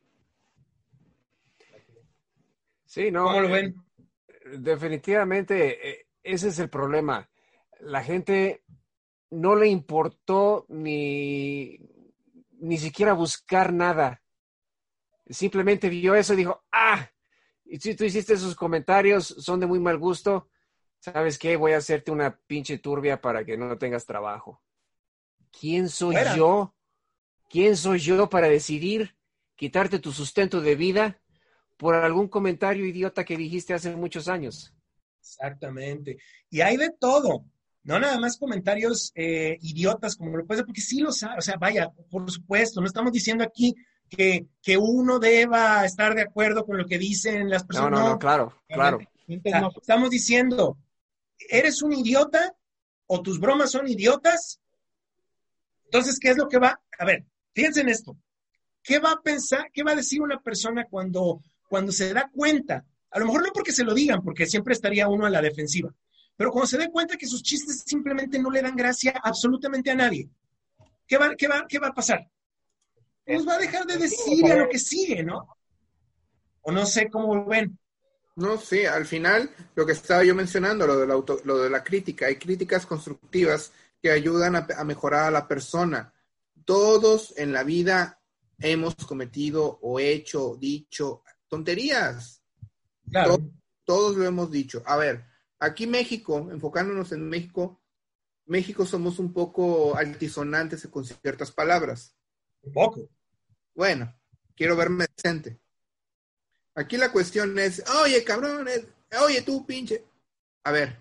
Sí, no. ¿Cómo lo ven? Definitivamente, eh, ese es el problema. La gente no le importó ni, ni siquiera buscar nada. Simplemente vio eso y dijo, ah, y si tú hiciste esos comentarios, son de muy mal gusto, ¿sabes qué? Voy a hacerte una pinche turbia para que no tengas trabajo. ¿Quién soy Fuera. yo? ¿Quién soy yo para decidir quitarte tu sustento de vida por algún comentario idiota que dijiste hace muchos años? Exactamente. Y hay de todo. No nada más comentarios eh, idiotas como lo puede ser, porque sí los hay. O sea, vaya, por supuesto, no estamos diciendo aquí que, que uno deba estar de acuerdo con lo que dicen las No, personas. no, no, claro, claro. O sea, estamos diciendo, ¿eres un idiota o tus bromas son idiotas? Entonces, ¿qué es lo que va? A ver, fíjense en esto. ¿Qué va a pensar, qué va a decir una persona cuando, cuando se da cuenta? A lo mejor no porque se lo digan, porque siempre estaría uno a la defensiva, pero cuando se da cuenta que sus chistes simplemente no le dan gracia absolutamente a nadie, ¿qué va, qué va, qué va a pasar? Pues va a dejar de decir a lo que sigue, ¿no? O no sé cómo lo ven. No, sí, al final lo que estaba yo mencionando, lo de la, auto, lo de la crítica, hay críticas constructivas que ayudan a, a mejorar a la persona. Todos en la vida hemos cometido o hecho, dicho tonterías. Claro. Todos, todos lo hemos dicho. A ver, aquí México, enfocándonos en México, México somos un poco altisonantes con ciertas palabras. Un poco. Bueno, quiero verme decente. Aquí la cuestión es, oye, cabrón, oye, tú, pinche. A ver,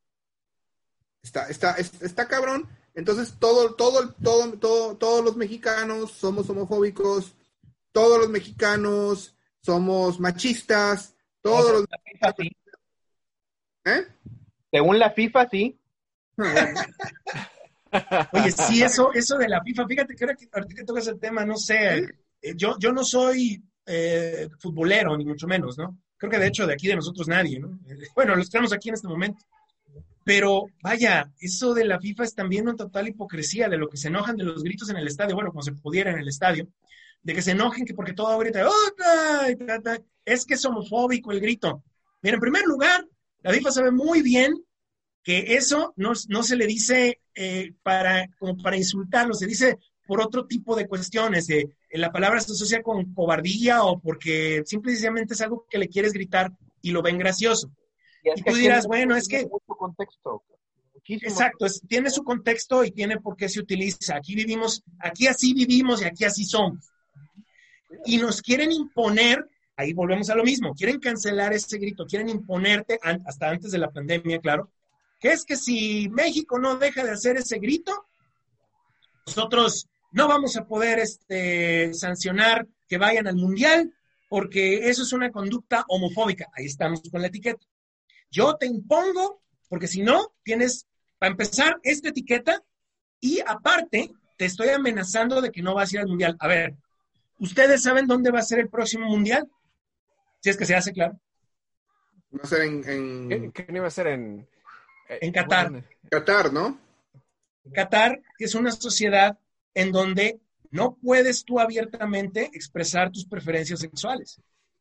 está, está, está, está cabrón. Entonces, todo, todo, todo, todo, todos los mexicanos somos homofóbicos, todos los mexicanos somos machistas, todos Según los... la FIFA, sí. ¿Eh? Según la FIFA, sí. Ah, bueno. Oye, sí, eso, eso de la FIFA, fíjate que ahora que, ahorita que tocas el tema, no sé, eh, yo, yo no soy eh, futbolero, ni mucho menos, ¿no? Creo que de hecho de aquí de nosotros nadie, ¿no? Eh, bueno, los tenemos aquí en este momento. Pero vaya, eso de la FIFA es también una total hipocresía de lo que se enojan de los gritos en el estadio, bueno, como se pudiera en el estadio, de que se enojen que porque todo ahorita, ¡oh, es que es homofóbico el grito! Mira, en primer lugar, la FIFA sabe muy bien que eso no, no se le dice eh, para, como para insultarlo, se dice por otro tipo de cuestiones. Eh, la palabra se asocia con cobardía o porque simplemente es algo que le quieres gritar y lo ven gracioso. Y, y tú dirás, bueno, es que... Mucho contexto. Muchísimo. Exacto, es, tiene su contexto y tiene por qué se utiliza. Aquí vivimos, aquí así vivimos y aquí así somos. Y nos quieren imponer, ahí volvemos a lo mismo, quieren cancelar ese grito, quieren imponerte, hasta antes de la pandemia, claro, que es que si México no deja de hacer ese grito, nosotros no vamos a poder este, sancionar que vayan al Mundial, porque eso es una conducta homofóbica. Ahí estamos con la etiqueta. Yo te impongo, porque si no, tienes, para empezar, esta etiqueta, y aparte, te estoy amenazando de que no vas a ir al Mundial. A ver, ¿ustedes saben dónde va a ser el próximo Mundial? Si es que se hace, claro. Va a ser en... en... ¿Qué, qué no iba a ser en...? En Qatar. Bueno, Qatar, ¿no? Qatar es una sociedad en donde no puedes tú abiertamente expresar tus preferencias sexuales.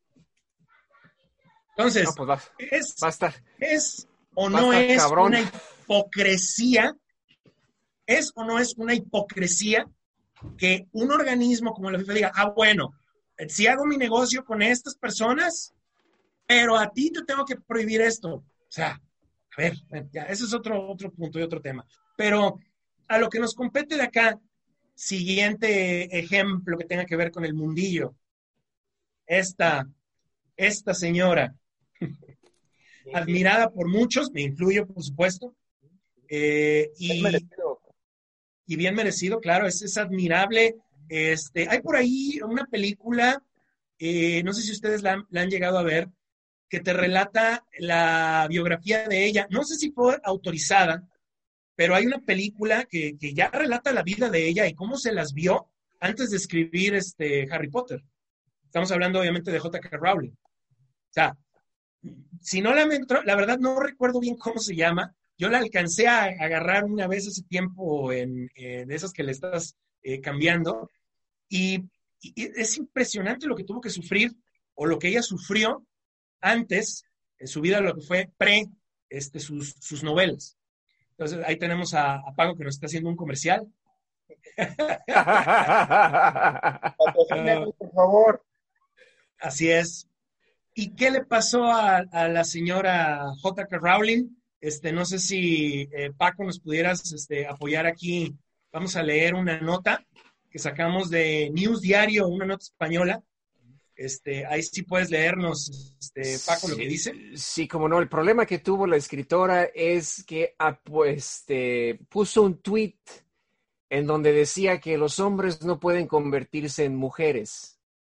Entonces, no, pues va, es, va a estar, es o va no a estar es cabrón. una hipocresía, es o no es una hipocresía que un organismo como la FIFA diga, ah, bueno, si hago mi negocio con estas personas, pero a ti te tengo que prohibir esto. O sea, a ver, ya, ese es otro, otro punto y otro tema. Pero a lo que nos compete de acá, siguiente ejemplo que tenga que ver con el mundillo. Esta, esta señora, admirada por muchos, me incluyo, por supuesto, eh, y, y bien merecido, claro, es, es admirable. Este, hay por ahí una película, eh, no sé si ustedes la, la han llegado a ver, que te relata la biografía de ella. No sé si fue autorizada, pero hay una película que, que ya relata la vida de ella y cómo se las vio antes de escribir este Harry Potter. Estamos hablando obviamente de J K Rowling. O sea, si no la entró, la verdad no recuerdo bien cómo se llama. Yo la alcancé a agarrar una vez hace tiempo en, en de esas que le estás eh, cambiando y, y es impresionante lo que tuvo que sufrir o lo que ella sufrió antes en su vida, lo que fue pre este, sus, sus novelas. Entonces ahí tenemos a, a Pago que nos está haciendo un comercial. uh, por favor. Así es. ¿Y qué le pasó a, a la señora J K Rowling? Este, no sé si eh, Paco nos pudieras este, apoyar aquí. Vamos a leer una nota que sacamos de News Diario, una nota española. Este, ahí sí puedes leernos, este, Paco, lo que dice. Sí, como no. El problema que tuvo la escritora es que pues, este, puso un tweet en donde decía que los hombres no pueden convertirse en mujeres.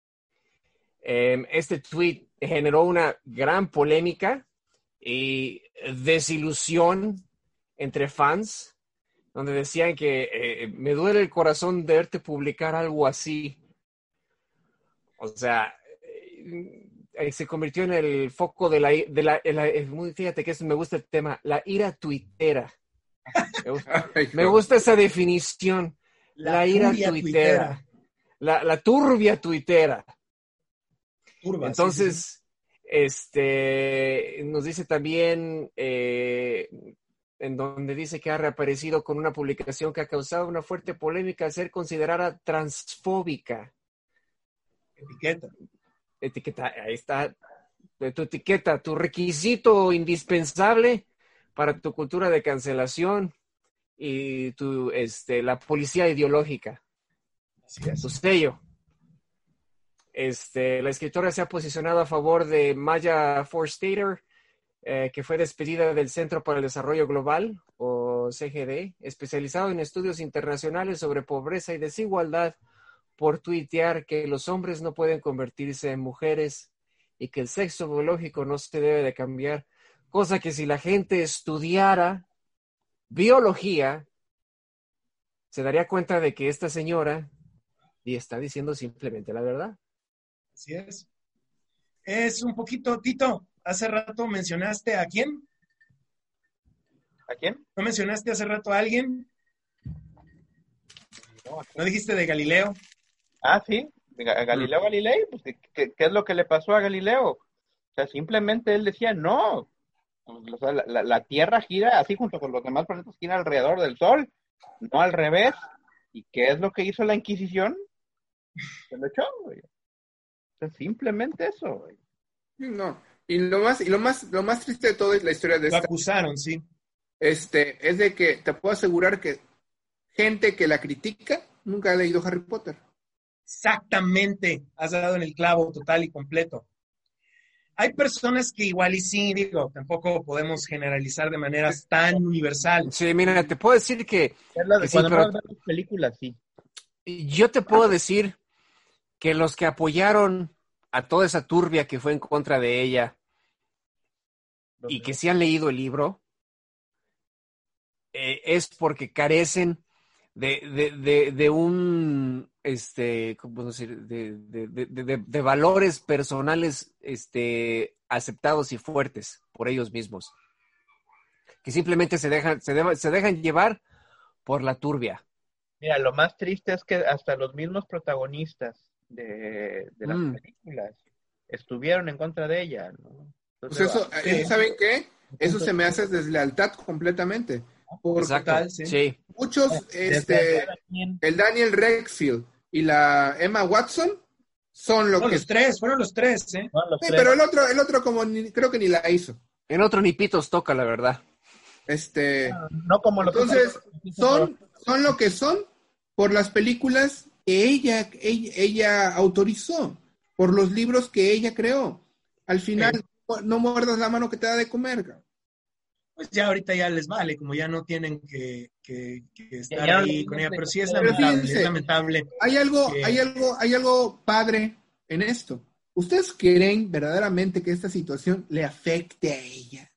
Este tweet generó una gran polémica y desilusión entre fans, donde decían que eh, me duele el corazón de verte publicar algo así. O sea, eh, se convirtió en el foco de la... De la, de la fíjate que eso me gusta el tema, la ira tuitera. Me gusta, Ay, me gusta esa definición. La, la ira tuitera. tuitera. La, la turbia tuitera. Turba, Entonces, sí, sí, sí. este, nos dice también, eh, en donde dice que ha reaparecido con una publicación que ha causado una fuerte polémica al ser considerada transfóbica. Etiqueta. Etiqueta, ahí está. Tu etiqueta, tu requisito indispensable para tu cultura de cancelación y tu, este, la policía ideológica. Así es. Tu sello. Este, la escritora se ha posicionado a favor de Maya Forstater, eh, que fue despedida del Centro para el Desarrollo Global, o C G D, especializado en estudios internacionales sobre pobreza y desigualdad, por tuitear que los hombres no pueden convertirse en mujeres y que el sexo biológico no se debe de cambiar, cosa que si la gente estudiara biología, se daría cuenta de que esta señora y está diciendo simplemente la verdad. Así es. Es un poquito, Tito, hace rato mencionaste a quién. ¿A quién? ¿No mencionaste hace rato a alguien? No, ¿No dijiste de Galileo? Ah, sí, a Galileo Galilei, pues, ¿qué, qué, qué es lo que le pasó a Galileo? O sea, simplemente él decía, no, o sea, la, la, la Tierra gira así junto con los demás planetas, gira alrededor del Sol, no al revés. ¿Y qué es lo que hizo la Inquisición? Se lo echó, güey. O sea, simplemente eso, güey. No, y lo más, y lo más, lo más triste de todo es la historia de Lo esta, acusaron, sí. este, es de que te puedo asegurar que gente que la critica nunca ha leído Harry Potter. Exactamente, has dado en el clavo total y completo. Hay personas que igual y sí, digo, tampoco podemos generalizar de maneras tan universal. Sí, mira, te puedo decir que, Es la de que sí, cuando pero vas a ver las películas, sí. yo te puedo decir que los que apoyaron a toda esa turbia que fue en contra de ella y que sí han leído el libro, eh, es porque carecen de, de, de, de un, este, ¿cómo decir? De, de, de, de, de valores personales este, aceptados y fuertes por ellos mismos. Que simplemente se dejan, se, deba, se dejan llevar por la turbia. Mira, lo más triste es que hasta los mismos protagonistas de, de las Mm. películas estuvieron en contra de ella, ¿no? Pues Entonces, eso, eso, ¿saben qué? Eso se me hace deslealtad completamente. Por Exacto, total, sí. sí. muchos, este, el Daniel Radcliffe y la Emma Watson son lo Fueron que... los tres, fueron los tres, ¿eh? no, los Sí, tres. pero el otro, el otro como ni- creo que ni la hizo. En otro ni pitos toca, la verdad. Este, No como los entonces, otros. son, son lo que son por las películas que ella, ella, ella autorizó, por los libros que ella creó. Al final, no muerdas la mano que te da de comer. cabrón. Pues ya ahorita ya les vale, como ya no tienen que, que, que estar Ya no ahí les- con ella, pero sí es Pero lamentable, fíjense, es lamentable. Hay algo, que- hay algo, hay algo padre en esto. ¿Ustedes creen verdaderamente que esta situación le afecte a ella?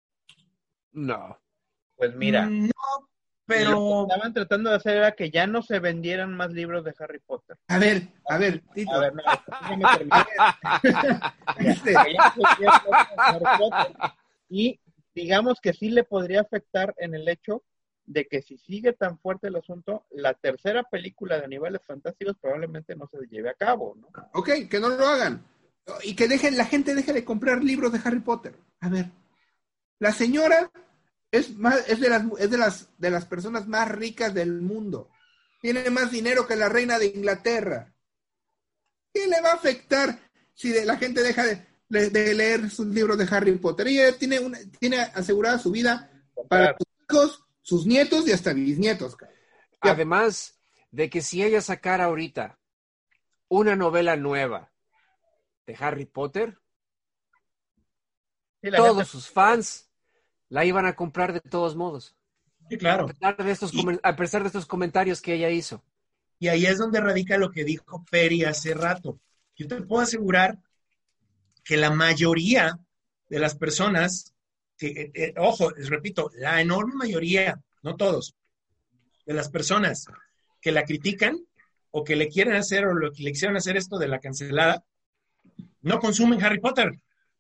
No. Pues mira, Mm, No, lo pero que estaban tratando de hacer era que ya no se vendieran más libros de Harry Potter. A ver, a ver, Tito. A ver, no, déjame terminar. Este, Que ya no se vendieran más de Harry Potter. Y digamos que sí le podría afectar en el hecho de que si sigue tan fuerte el asunto, la tercera película de Animales Fantásticos probablemente no se lleve a cabo, ¿no? ok, que no lo hagan. Y que dejen, la gente deje de comprar libros de Harry Potter. A ver, la señora es más, es de las, es de las, de las personas más ricas del mundo. Tiene más dinero que la reina de Inglaterra. ¿Qué le va a afectar si de- la gente deja de, de- de leer sus libros de Harry Potter? Ella tiene, una, tiene asegurada su vida para sus hijos, sus nietos y hasta bisnietos. cabrón. Ya. Además de que si ella sacara ahorita una novela nueva de Harry Potter, Sí, la todos gente- sus fans la iban a comprar de todos modos. sí, claro. A pesar de estos, comen- a pesar de estos comentarios que ella hizo. Y ahí es donde radica lo que dijo Peri hace rato. Yo te puedo asegurar que la mayoría de las personas, que, eh, eh, ojo, les repito, la enorme mayoría, no todos, de las personas que la critican o que le quieren hacer o lo que le quisieron hacer esto de la cancelada, no consumen Harry Potter.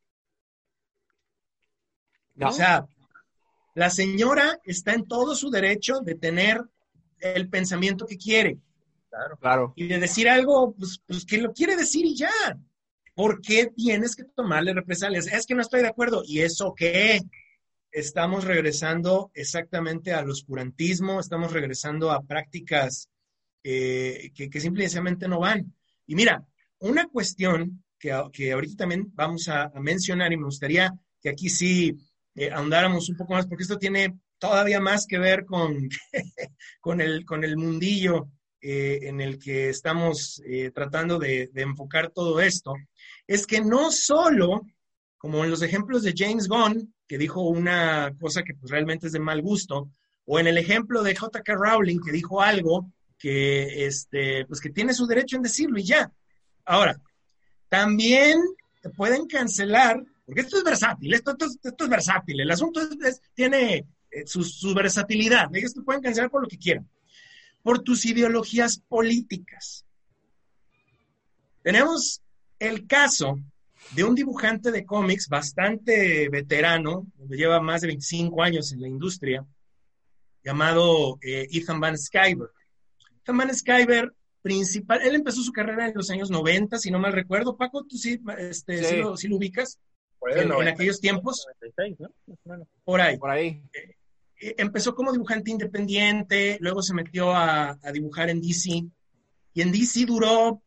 ¿No? O sea, la señora está en todo su derecho de tener el pensamiento que quiere Claro. y de decir algo, pues, pues que lo quiere decir y ya. ¿Por qué tienes que tomarle represalias? Es que no estoy de acuerdo. ¿Y eso qué? Estamos regresando exactamente al oscurantismo, estamos regresando a prácticas eh, que, que simple y sencillamente no van. Y mira, una cuestión que, que ahorita también vamos a, a mencionar y me gustaría que aquí sí eh, ahondáramos un poco más, porque esto tiene todavía más que ver con, con, el, con el mundillo eh, en el que estamos eh, tratando de, de enfocar todo esto, es que no solo, como en los ejemplos de James Gunn, que dijo una cosa que pues, realmente es de mal gusto, o en el ejemplo de J K Rowling, que dijo algo que, este, pues, que tiene su derecho en decirlo y ya. Ahora, también te pueden cancelar, porque esto es versátil, esto, esto, esto es versátil, el asunto es, es, tiene eh, su, su versatilidad, ellos te pueden cancelar por lo que quieran. por tus ideologías políticas. Tenemos el caso de un dibujante de cómics bastante veterano, lleva más de veinticinco años en la industria, llamado eh, Ethan Van Sciver. Ethan Van Sciver, principal, él empezó su carrera en los años noventa, si no mal recuerdo. Paco, ¿tú sí, este, sí. ¿sí, lo, sí lo ubicas? Por ahí, en, noventa, en aquellos tiempos. noventa y seis, ¿no? Por ahí. Por ahí. Eh, eh, empezó como dibujante independiente, luego se metió a, a dibujar en D C, y en D C duró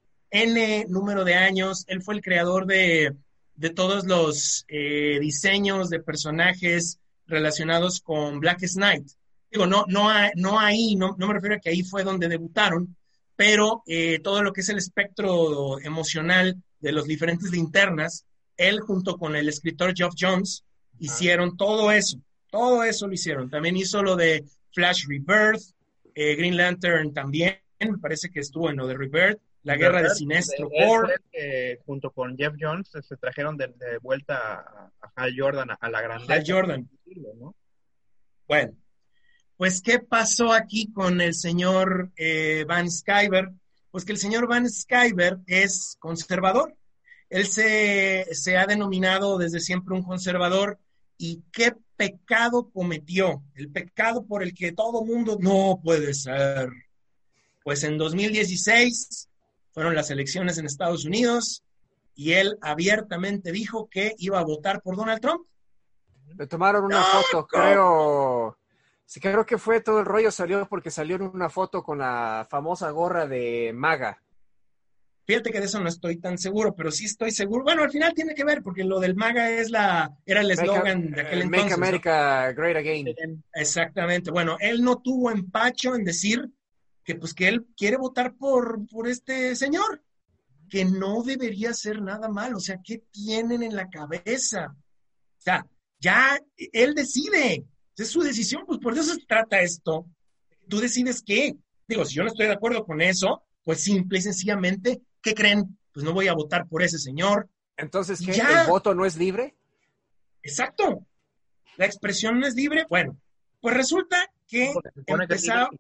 N número de años. Él fue el creador de, de todos los eh, diseños de personajes relacionados con Blackest Night. Digo, no, no, no ahí, no, no me refiero a que ahí fue donde debutaron, pero eh, todo lo que es el espectro emocional de los diferentes linternas, él junto con el escritor Geoff Johns hicieron ah. todo eso, todo eso lo hicieron. También hizo lo de Flash Rebirth, eh, Green Lantern también, me parece que estuvo en lo de Rebirth, la guerra Rebirth, de Sinestro Corps. Eh, junto con Geoff Johns se trajeron de, de vuelta a, a Hal Jordan, a, a la grandeza. Hal Jordan. ¿No? Bueno, pues ¿qué pasó aquí con el señor eh, Van Sciver? Pues que el señor Van Sciver es conservador. Él se, se ha denominado desde siempre un conservador. ¿Y qué pecado cometió? El pecado por el que todo mundo no puede ser. Pues en dos mil dieciséis fueron las elecciones en Estados Unidos y él abiertamente dijo que iba a votar por Donald Trump. Le tomaron una no, foto, no. creo... Sí, creo que fue todo el rollo, salió porque salió en una foto con la famosa gorra de MAGA. Fíjate que de eso no estoy tan seguro, pero sí estoy seguro. Bueno, al final tiene que ver, porque lo del MAGA es la, era el eslogan de aquel uh, entonces. Make America ¿no? Great Again. Exactamente. Bueno, él no tuvo empacho en decir que pues que él quiere votar por, por este señor, que no debería ser nada mal. O sea, ¿qué tienen en la cabeza? O sea, ya él decide. Es su decisión, pues por eso se trata esto. Tú decides qué. Digo, si yo no estoy de acuerdo con eso, pues simple y sencillamente, ¿qué creen? Pues no voy a votar por ese señor. Entonces, ¿qué? ¿El voto no es libre? Exacto. La expresión no es libre. Bueno, pues resulta que empezó,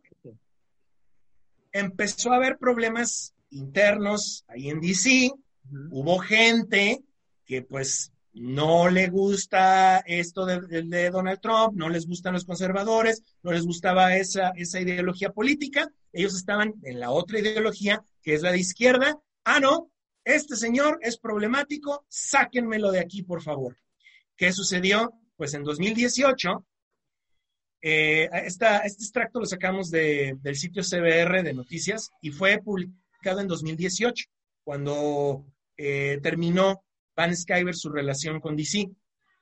empezó a haber problemas internos ahí en D C. Uh-huh. Hubo gente que pues no le gusta esto de, de, de Donald Trump, no les gustan los conservadores, no les gustaba esa, esa ideología política. Ellos estaban en la otra ideología, que es la de izquierda. Ah, no, este señor es problemático, sáquenmelo de aquí, por favor. ¿Qué sucedió? Pues en dos mil dieciocho, eh, esta, este extracto lo sacamos de, del sitio C B R de noticias y fue publicado en dos mil dieciocho, cuando eh, terminó Van Sciver su relación con D C.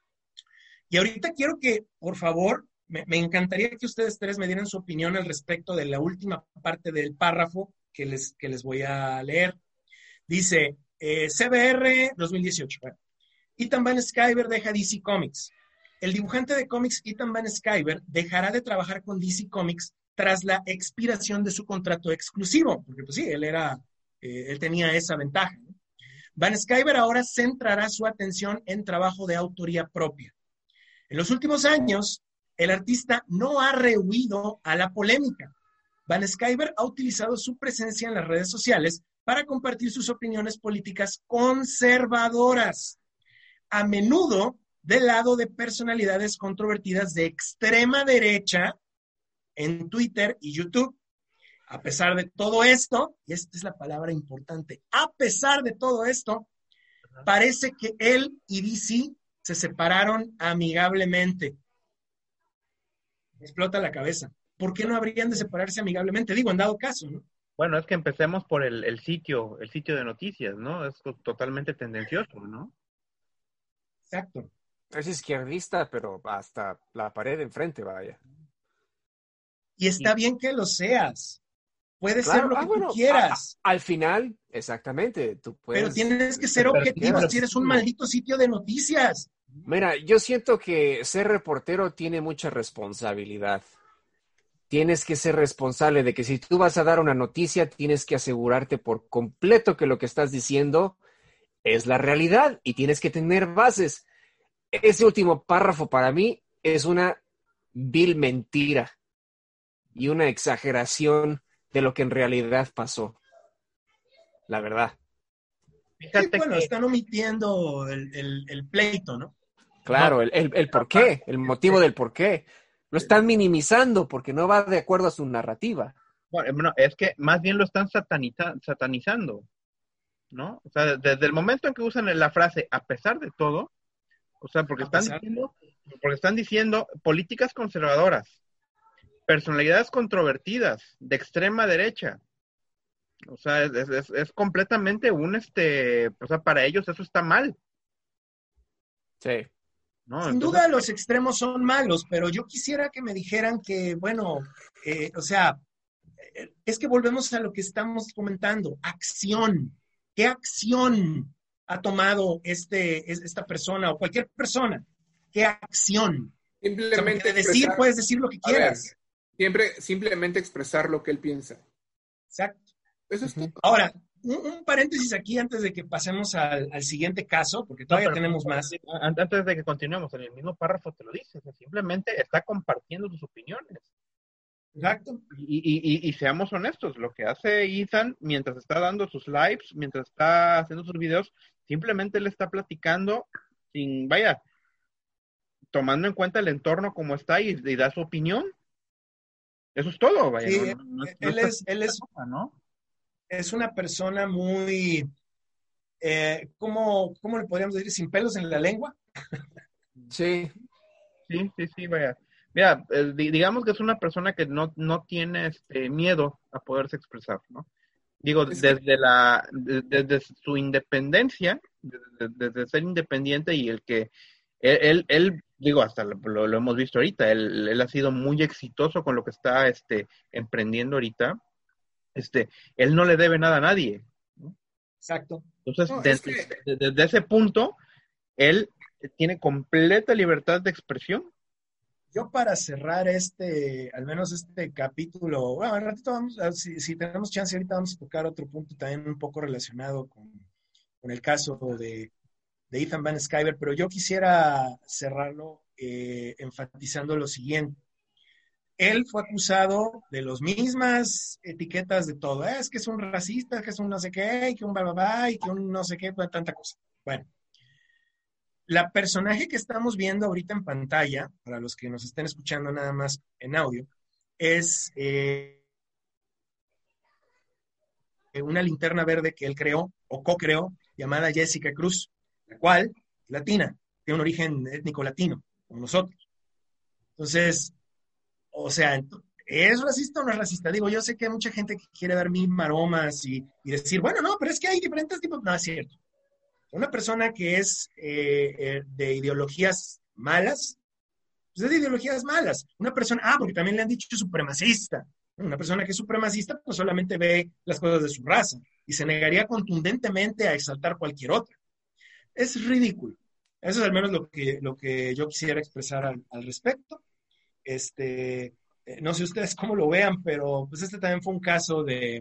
Y ahorita quiero que, por favor, me, me encantaría que ustedes tres me dieran su opinión al respecto de la última parte del párrafo que les, que les voy a leer. Dice, eh, C B R dos mil dieciocho. Bueno, Ethan Van Sciver deja D C Comics. El dibujante de cómics Ethan Van Sciver dejará de trabajar con D C Comics tras la expiración de su contrato exclusivo, porque pues sí, él era, eh, él tenía esa ventaja, ¿no? Van Sciver ahora centrará su atención en trabajo de autoría propia. En los últimos años, el artista no ha rehuido a la polémica. Van Sciver ha utilizado su presencia en las redes sociales para compartir sus opiniones políticas conservadoras, a menudo del lado de personalidades controvertidas de extrema derecha en Twitter y YouTube. A pesar de todo esto, y esta es la palabra importante, a pesar de todo esto, parece que él y D C se separaron amigablemente. Me explota la cabeza. ¿Por qué no habrían de separarse amigablemente? Digo, en dado caso, ¿no? Bueno, es que empecemos por el, el sitio, el sitio de noticias, ¿no? Es totalmente tendencioso, ¿no? Exacto. Es izquierdista, pero hasta la pared enfrente, vaya. Y está y... bien que lo seas. Puede claro, ser lo que ah, bueno, tú quieras. A, a, al final, exactamente, tú puedes... Pero tienes que ser objetivo si eres un maldito sitio de noticias. Mira, yo siento que ser reportero tiene mucha responsabilidad. Tienes que ser responsable de que si tú vas a dar una noticia, tienes que asegurarte por completo que lo que estás diciendo es la realidad y tienes que tener bases. Ese último párrafo para mí es una vil mentira. y una exageración de lo que en realidad pasó. La verdad. Sí, bueno, que... están omitiendo el, el, el pleito, ¿no? Claro, no, el, el, el por qué, el motivo del por qué. Lo están minimizando porque no va de acuerdo a su narrativa. Bueno, es que más bien lo están sataniza, satanizando, ¿no? O sea, desde el momento en que usan la frase a pesar de todo, o sea, porque están diciendo, porque están diciendo políticas conservadoras, personalidades controvertidas, de extrema derecha. O sea, es, es, es completamente un, este, o sea, para ellos eso está mal. Sí. ¿No? Sin Entonces, duda los extremos son malos, pero yo quisiera que me dijeran que, bueno, eh, o sea, es que volvemos a lo que estamos comentando, acción. ¿Qué acción ha tomado este, esta persona o cualquier persona? ¿Qué acción? Simplemente o sea, de decir, puedes decir lo que quieras. Ver, siempre, simplemente expresar lo que él piensa. Exacto. Eso es todo. Ahora, un, un paréntesis aquí antes de que pasemos al, al siguiente caso, porque todavía no, tenemos más. Antes de que continuemos, en el mismo párrafo te lo dice, o sea, simplemente está compartiendo sus opiniones. Exacto. Y, y, y, y seamos honestos, lo que hace Ethan mientras está dando sus lives, mientras está haciendo sus videos, simplemente le está platicando sin, vaya, tomando en cuenta el entorno como está y, y da su opinión. Eso es todo, vaya. Sí, no, no, no, él, no es, él es, cosa, ¿no? es una persona muy, eh, ¿cómo, ¿cómo le podríamos decir? Sin pelos en la lengua. Sí. Sí, sí, sí, vaya. Mira, eh, digamos que es una persona que no, no tiene este miedo a poderse expresar, ¿no? Digo, es desde que... la, desde, desde su independencia, desde, desde ser independiente y el que él, él, él digo, hasta lo, lo, lo hemos visto ahorita, él, él ha sido muy exitoso con lo que está este, emprendiendo ahorita. Este, él no le debe nada a nadie, ¿no? Exacto. Entonces, No, desde, es que... desde, desde ese punto, él tiene completa libertad de expresión. Yo para cerrar este, al menos este capítulo, bueno, al ratito vamos, a, si, si tenemos chance ahorita vamos a tocar otro punto también un poco relacionado con, con el caso de, de Ethan Van Sciver, pero yo quisiera cerrarlo eh, enfatizando lo siguiente. Él fue acusado de las mismas etiquetas de todo. Es que es un racista, que es un no sé qué, que un bababá, y que un no sé qué, tanta cosa. Bueno. La personaje que estamos viendo ahorita en pantalla, para los que nos estén escuchando nada más en audio, es eh, una linterna verde que él creó o co-creó, llamada Jessica Cruz, la cual es latina, tiene un origen étnico latino, como nosotros. Entonces, o sea, ¿es racista o no es racista? Digo, yo sé que hay mucha gente que quiere dar mil maromas y, y decir, bueno, no, pero es que hay diferentes tipos. No, es cierto. Una persona que es eh, eh, de ideologías malas, pues es de ideologías malas. Una persona, ah, porque también le han dicho supremacista. Una persona que es supremacista, pues solamente ve las cosas de su raza y se negaría contundentemente a exaltar cualquier otra. Es ridículo. Eso es al menos lo que, lo que yo quisiera expresar al, al respecto. Este, eh, no sé ustedes cómo lo vean, pero pues este también fue un caso de,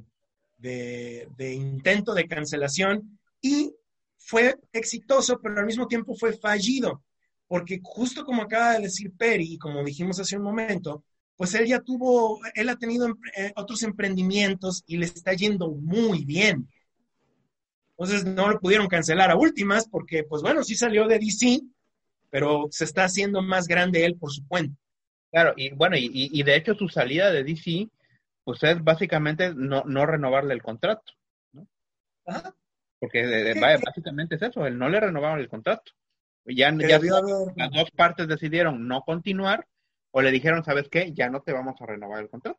de, de intento de cancelación y fue exitoso, pero al mismo tiempo fue fallido, porque justo como acaba de decir Peri, y como dijimos hace un momento, pues él ya tuvo, él ha tenido eh, otros emprendimientos y le está yendo muy bien. Entonces no lo pudieron cancelar a últimas, porque pues bueno, sí salió de D C, pero se está haciendo más grande él por su cuenta. Claro, y bueno, y, y de hecho su salida de D C, pues es básicamente no, no renovarle el contrato, ¿no? Ajá. Porque eh, vaya, básicamente es eso, él no le renovaron el contrato. Ya, ya haber... las dos partes decidieron no continuar o le dijeron, ¿sabes qué? Ya no te vamos a renovar el contrato.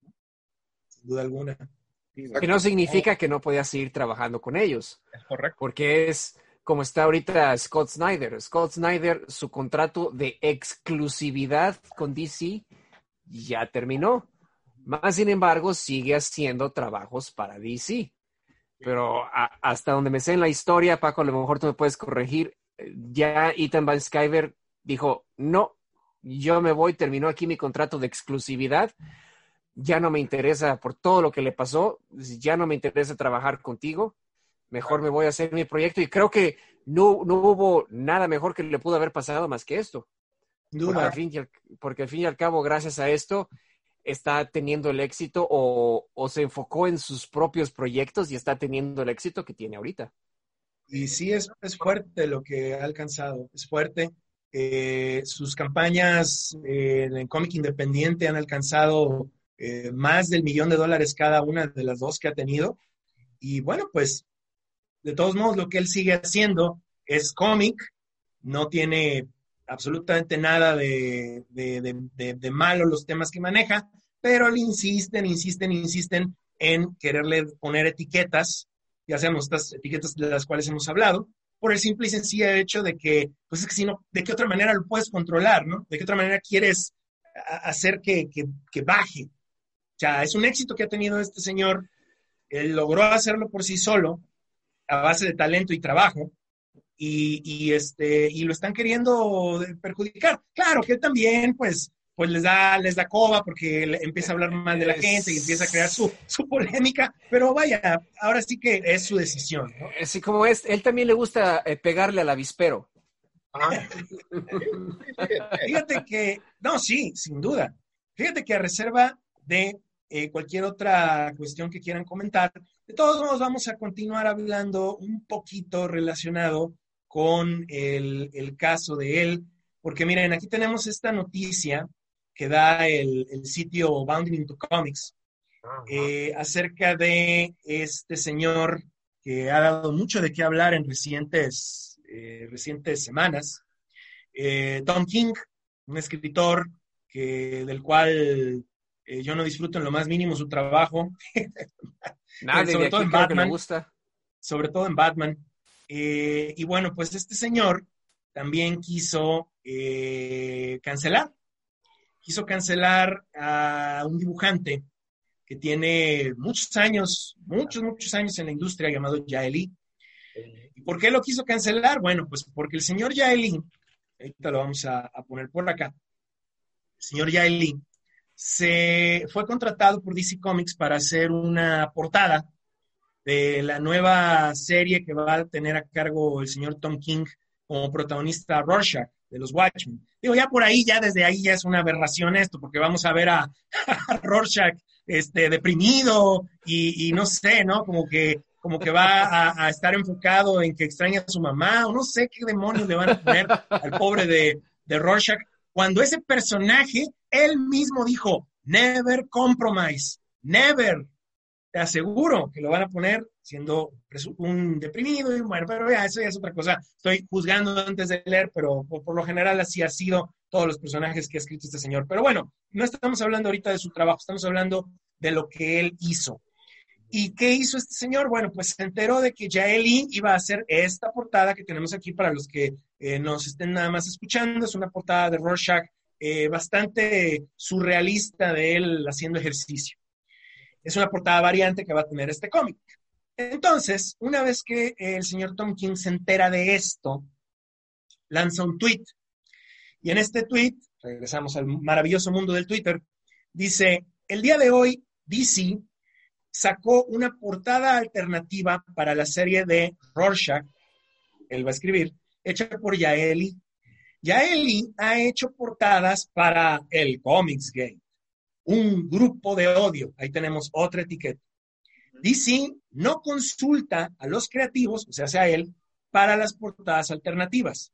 Sin duda alguna. Sí, que no significa que no podías seguir trabajando con ellos. Es correcto. Porque es como está ahorita Scott Snyder. Scott Snyder, su contrato de exclusividad con D C ya terminó. Más sin embargo, sigue haciendo trabajos para D C. Pero a, hasta donde me sé en la historia, Paco, a lo mejor tú me puedes corregir, ya Ethan Van Sciver dijo, no, yo me voy, terminó aquí mi contrato de exclusividad, ya no me interesa por todo lo que le pasó, ya no me interesa trabajar contigo, mejor me voy a hacer mi proyecto y creo que no, no hubo nada mejor que le pudo haber pasado más que esto. Porque al, fin y al, porque al fin y al cabo, gracias a esto, está teniendo el éxito o, o se enfocó en sus propios proyectos y está teniendo el éxito que tiene ahorita. Y sí, es, es fuerte lo que ha alcanzado, es fuerte. Eh, sus campañas eh, en cómic independiente han alcanzado eh, más del millón de dólares cada una de las dos que ha tenido. Y bueno, pues, de todos modos, lo que él sigue haciendo es cómic, no tiene absolutamente nada de, de, de, de, de malo los temas que maneja, pero le insisten, insisten, insisten en quererle poner etiquetas, ya sabemos estas etiquetas de las cuales hemos hablado, por el simple y sencillo hecho de que, pues es que si no, ¿de qué otra manera lo puedes controlar, no? ¿De qué otra manera quieres hacer que, que, que baje? O sea, es un éxito que ha tenido este señor, él logró hacerlo por sí solo, a base de talento y trabajo, y, y, este, y lo están queriendo perjudicar. Claro que él también, pues, pues les da, les da coba porque empieza a hablar mal de la gente y empieza a crear su, su polémica, pero vaya, ahora sí que es su decisión, ¿no? Así como es, él también le gusta eh, pegarle al avispero. Ah. Fíjate que, no, sí, sin duda. Fíjate que a reserva de eh, cualquier otra cuestión que quieran comentar, de todos modos vamos a continuar hablando un poquito relacionado con el, el caso de él, porque miren, aquí tenemos esta noticia que da el, el sitio Bounding into Comics eh, acerca de este señor que ha dado mucho de qué hablar en recientes, eh, recientes semanas, eh, Tom King, un escritor que, del cual eh, yo no disfruto en lo más mínimo su trabajo. Nadie sobre de todo aquí en creo Batman, que le gusta. Sobre todo en Batman. Eh, y bueno, pues este señor también quiso eh, cancelar, quiso cancelar a un dibujante que tiene muchos años, muchos, muchos años en la industria llamado Jae Lee. ¿Y por qué lo quiso cancelar? Bueno, pues porque el señor Jae Lee, ahorita lo vamos a, a poner por acá, el señor Jae Lee se fue contratado por D C Comics para hacer una portada de la nueva serie que va a tener a cargo el señor Tom King como protagonista Rorschach de los Watchmen. Digo, ya por ahí, ya desde ahí ya es una aberración esto, porque vamos a ver a, a Rorschach este, deprimido y, y no sé, ¿no? Como que, como que va a, a estar enfocado en que extraña a su mamá, o no sé qué demonios le van a poner al pobre de, de Rorschach, cuando ese personaje, él mismo dijo, never compromise, never. Te aseguro que lo van a poner siendo un deprimido y bueno, pero ya, eso ya es otra cosa. Estoy juzgando antes de leer, pero por, por lo general así ha sido todos los personajes que ha escrito este señor. Pero bueno, no estamos hablando ahorita de su trabajo, estamos hablando de lo que él hizo. ¿Y qué hizo este señor? Bueno, pues se enteró de que Jae Lee iba a hacer esta portada que tenemos aquí para los que eh, nos estén nada más escuchando. Es una portada de Rorschach eh, bastante surrealista de él haciendo ejercicio. Es una portada variante que va a tener este cómic. Entonces, una vez que el señor Tom King se entera de esto, lanza un tweet. Y en este tweet, regresamos al maravilloso mundo del Twitter, dice, el día de hoy D C sacó una portada alternativa para la serie de Rorschach, él va a escribir, hecha por Jae Lee. Jae Lee ha hecho portadas para el Comics Gate, un grupo de odio. Ahí tenemos otra etiqueta. D C no consulta a los creativos, o sea, sea él, para las portadas alternativas.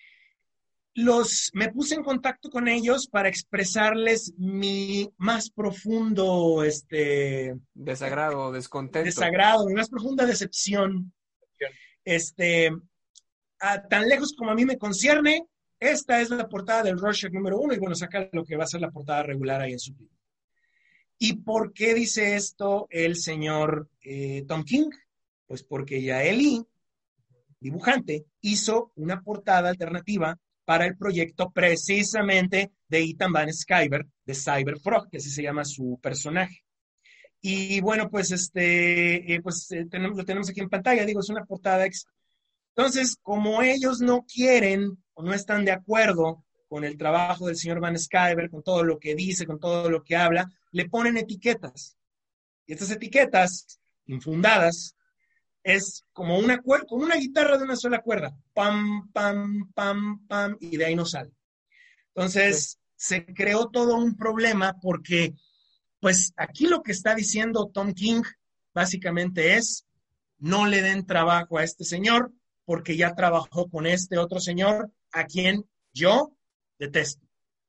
Los, me puse en contacto con ellos para expresarles mi más profundo este, desagrado, descontento. Desagrado, mi más profunda decepción. Este, a, tan lejos como a mí me concierne, esta es la portada del Rorschach número uno y bueno, saca lo que va a ser la portada regular ahí en su título. ¿Y por qué dice esto el señor eh, Tom King? Pues porque Jae Lee, dibujante, hizo una portada alternativa para el proyecto precisamente de Ethan Van Sciver, de Cyberfrog, que así se llama su personaje. Y bueno, pues este, eh, pues eh, tenemos, lo tenemos aquí en pantalla, digo, es una portada. Ex... Entonces, como ellos no quieren o no están de acuerdo con el trabajo del señor Van Sciver, con todo lo que dice, con todo lo que habla, le ponen etiquetas. Y estas etiquetas, infundadas, es como una, como una guitarra de una sola cuerda. Pam, pam, pam, pam, y de ahí no sale. Entonces, sí. Se creó todo un problema porque pues aquí lo que está diciendo Tom King básicamente es, no le den trabajo a este señor porque ya trabajó con este otro señor a quien yo detesto.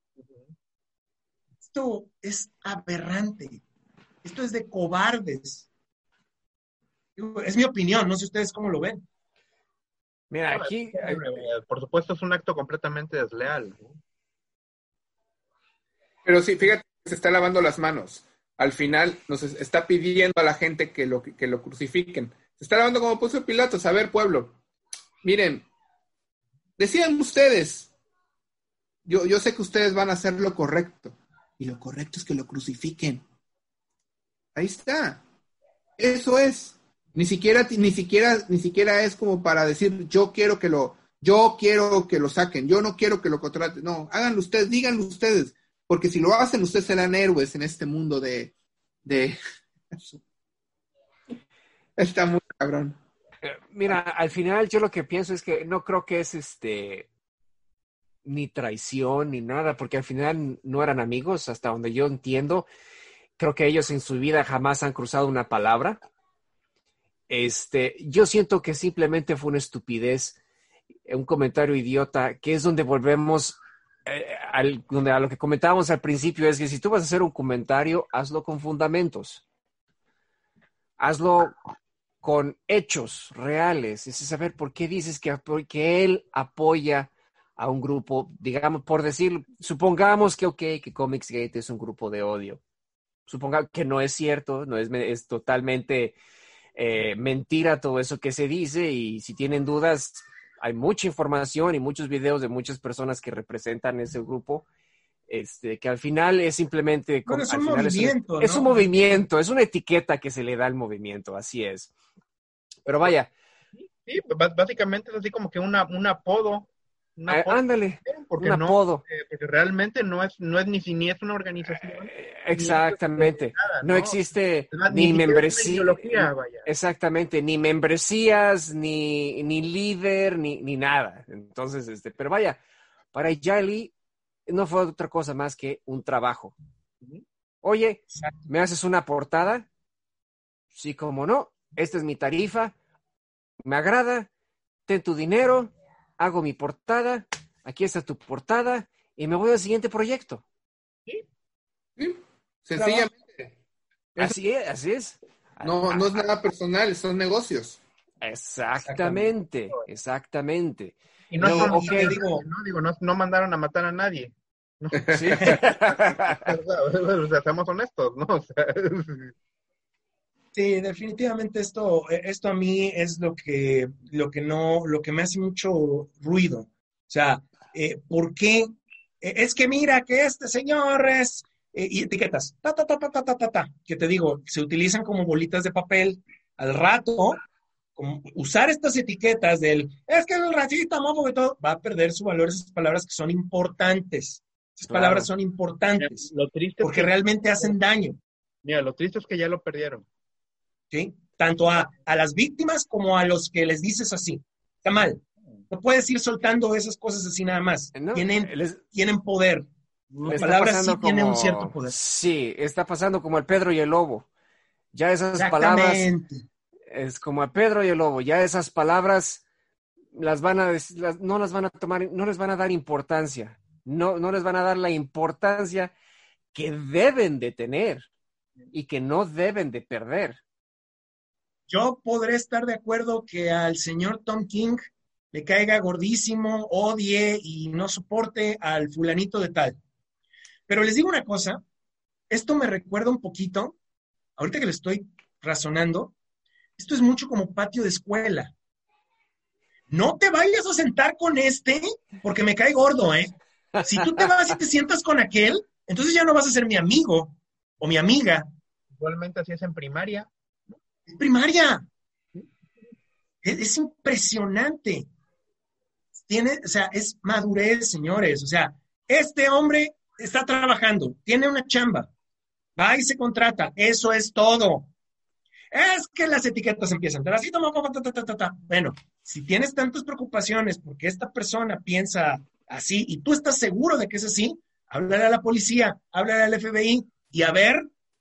Esto es aberrante. Esto es de cobardes. Es mi opinión, no sé ustedes cómo lo ven. Mira, aquí... Por supuesto es un acto completamente desleal, ¿no? Pero sí, fíjate, se está lavando las manos. Al final nos está pidiendo a la gente que lo, que lo crucifiquen. Se está lavando como puso Pilatos. A ver, pueblo, miren, decían ustedes, yo, yo sé que ustedes van a hacer lo correcto, y lo correcto es que lo crucifiquen. Ahí está. Eso es. Ni siquiera, ni siquiera, ni siquiera es como para decir, yo quiero que lo, yo quiero que lo saquen, yo no quiero que lo contraten. No, háganlo ustedes, díganlo ustedes, porque si lo hacen, ustedes serán héroes en este mundo de, de... Está muy cabrón. Mira, al final yo lo que pienso es que no creo que es este ni traición ni nada, porque al final no eran amigos, hasta donde yo entiendo. Creo que ellos en su vida jamás han cruzado una palabra. Este, yo siento que simplemente fue una estupidez, un comentario idiota, que es donde volvemos eh, al, donde a lo que comentábamos al principio, es que si tú vas a hacer un comentario, hazlo con fundamentos. Hazlo con hechos reales. Es saber por qué dices que, que él apoya a un grupo, digamos, por decir, supongamos que, ok, que Comicsgate es un grupo de odio. Suponga que no es cierto, no es, es totalmente eh, mentira todo eso que se dice, y si tienen dudas, hay mucha información y muchos videos de muchas personas que representan ese grupo, este, que al final es simplemente... Bueno, es un al final movimiento, es un, ¿no? es un movimiento, es una etiqueta que se le da al movimiento, así es. Pero vaya. Sí, básicamente es así como que una, un apodo. Un apodo, ándale, porque un no, apodo. Eh, porque realmente no es, no es ni si ni es una organización. Eh, exactamente. Nada, ¿no? no existe Además, ni, ni membresía. Exactamente, ni membresías, ni, ni líder, ni, ni nada. Entonces, este, pero vaya, para Yali no fue otra cosa más que un trabajo. Oye, ¿me haces una portada? Sí, como no. Esta es mi tarifa. Me agrada. Ten tu dinero. Hago mi portada, aquí está tu portada, y me voy al siguiente proyecto. Sí, sí. Sencillamente. Así es, así es. No, no es nada personal, son negocios. Exactamente, exactamente. Y no, no, okay. digo, no, digo no, no mandaron a matar a nadie. ¿No? Sí. O sea, seamos honestos, ¿no? O sea, sí, definitivamente esto, esto a mí es lo que, lo que no, lo que me hace mucho ruido. O sea, eh, ¿por qué? Eh, es que mira que este señor es, eh, y etiquetas, ta, ta, ta, ta, ta, ta, ta, ta, que te digo, se utilizan como bolitas de papel. Al rato, como usar estas etiquetas del, es que el racista, homófobo y todo, va a perder su valor esas palabras que son importantes. Esas claro. palabras son importantes. Lo triste porque es que, realmente hacen daño. Mira, lo triste es que ya lo perdieron. ¿Sí? Tanto a, a las víctimas como a los que les dices así. Está mal. No puedes ir soltando esas cosas así nada más. No, tienen, les, tienen poder. Las palabras sí como, tienen un cierto poder. Sí, está pasando como el Pedro y el Lobo. Ya esas palabras, es como el Pedro y el Lobo, ya esas palabras las van a, las, no las van a tomar, no les van a dar importancia. No, no les van a dar la importancia que deben de tener y que no deben de perder. Yo podré estar de acuerdo que al señor Tom King le caiga gordísimo, odie y no soporte al fulanito de tal. Pero les digo una cosa, esto me recuerda un poquito, ahorita que le estoy razonando, esto es mucho como patio de escuela. No te vayas a sentar con este porque me cae gordo, ¿eh? Si tú te vas y te sientas con aquel, entonces ya no vas a ser mi amigo o mi amiga. Igualmente así es en primaria. Es primaria. Es, es impresionante. Tiene, o sea, es madurez, señores. O sea, este hombre está trabajando, tiene una chamba, va y se contrata. Eso es todo. Es que las etiquetas empiezan. Así, ta, ta, ta, ta, ta. Bueno, si tienes tantas preocupaciones porque esta persona piensa así y tú estás seguro de que es así, háblale a la policía, háblale al F B I y a ver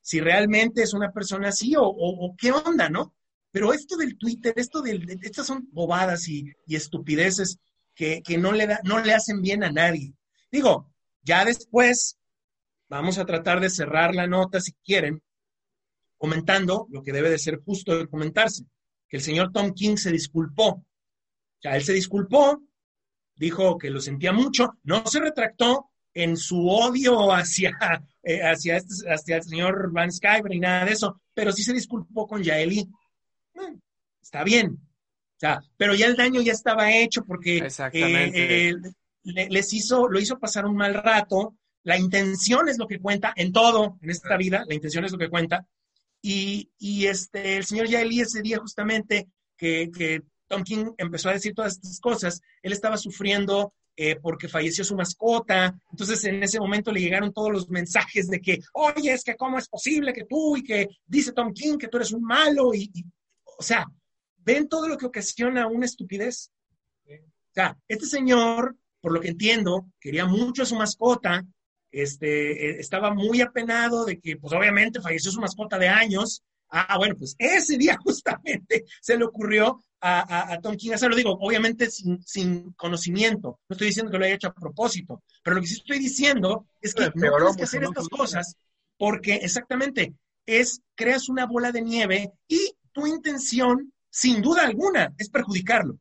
si realmente es una persona así o, o, o qué onda, ¿no? Pero esto del Twitter, esto del, de, estas son bobadas y, y estupideces que, que no, le da, no le hacen bien a nadie. Digo, ya después vamos a tratar de cerrar la nota, si quieren, comentando lo que debe de ser justo de comentarse, que el señor Tom King se disculpó. O sea, él se disculpó, dijo que lo sentía mucho, no se retractó en su odio hacia, eh, hacia, este, hacia el señor Van Sciver y nada de eso, pero sí se disculpó con Yaeli. Eh, está bien. O sea, pero ya el daño ya estaba hecho porque Exactamente. eh, eh, les hizo, lo hizo pasar un mal rato. La intención es lo que cuenta en todo, en esta vida, la intención es lo que cuenta. Y, y este, el señor Yaeli ese día justamente que, que Tom King empezó a decir todas estas cosas, él estaba sufriendo eh, porque falleció su mascota, entonces en ese momento le llegaron todos los mensajes de que, oye, es que cómo es posible que tú, y que dice Tom King que tú eres un malo, y, y o sea, ven todo lo que ocasiona una estupidez. O sea, este señor, por lo que entiendo, quería mucho a su mascota, este, eh, estaba muy apenado de que, pues obviamente falleció su mascota de años. Ah, bueno, pues ese día justamente se le ocurrió a, a, a Tom King hacerlo. Digo, obviamente sin, sin conocimiento. No estoy diciendo que lo haya hecho a propósito, pero lo que sí estoy diciendo es que no tienes que hacer estas cosas porque exactamente es, creas una bola de nieve y tu intención, sin duda alguna, es perjudicarlo.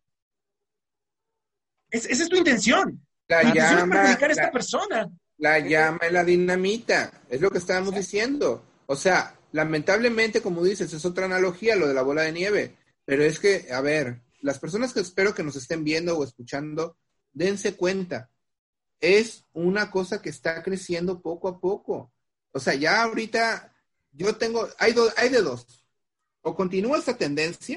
Es, esa es tu intención. La tu intención llama, es perjudicar a esta la, persona. La llama y la dinamita, es lo que estábamos diciendo. O sea, lamentablemente, como dices, es otra analogía lo de la bola de nieve. Pero es que, a ver, las personas que espero que nos estén viendo o escuchando, dense cuenta. Es una cosa que está creciendo poco a poco. O sea, ya ahorita yo tengo, hay, do, hay de dos. O continúa esta tendencia,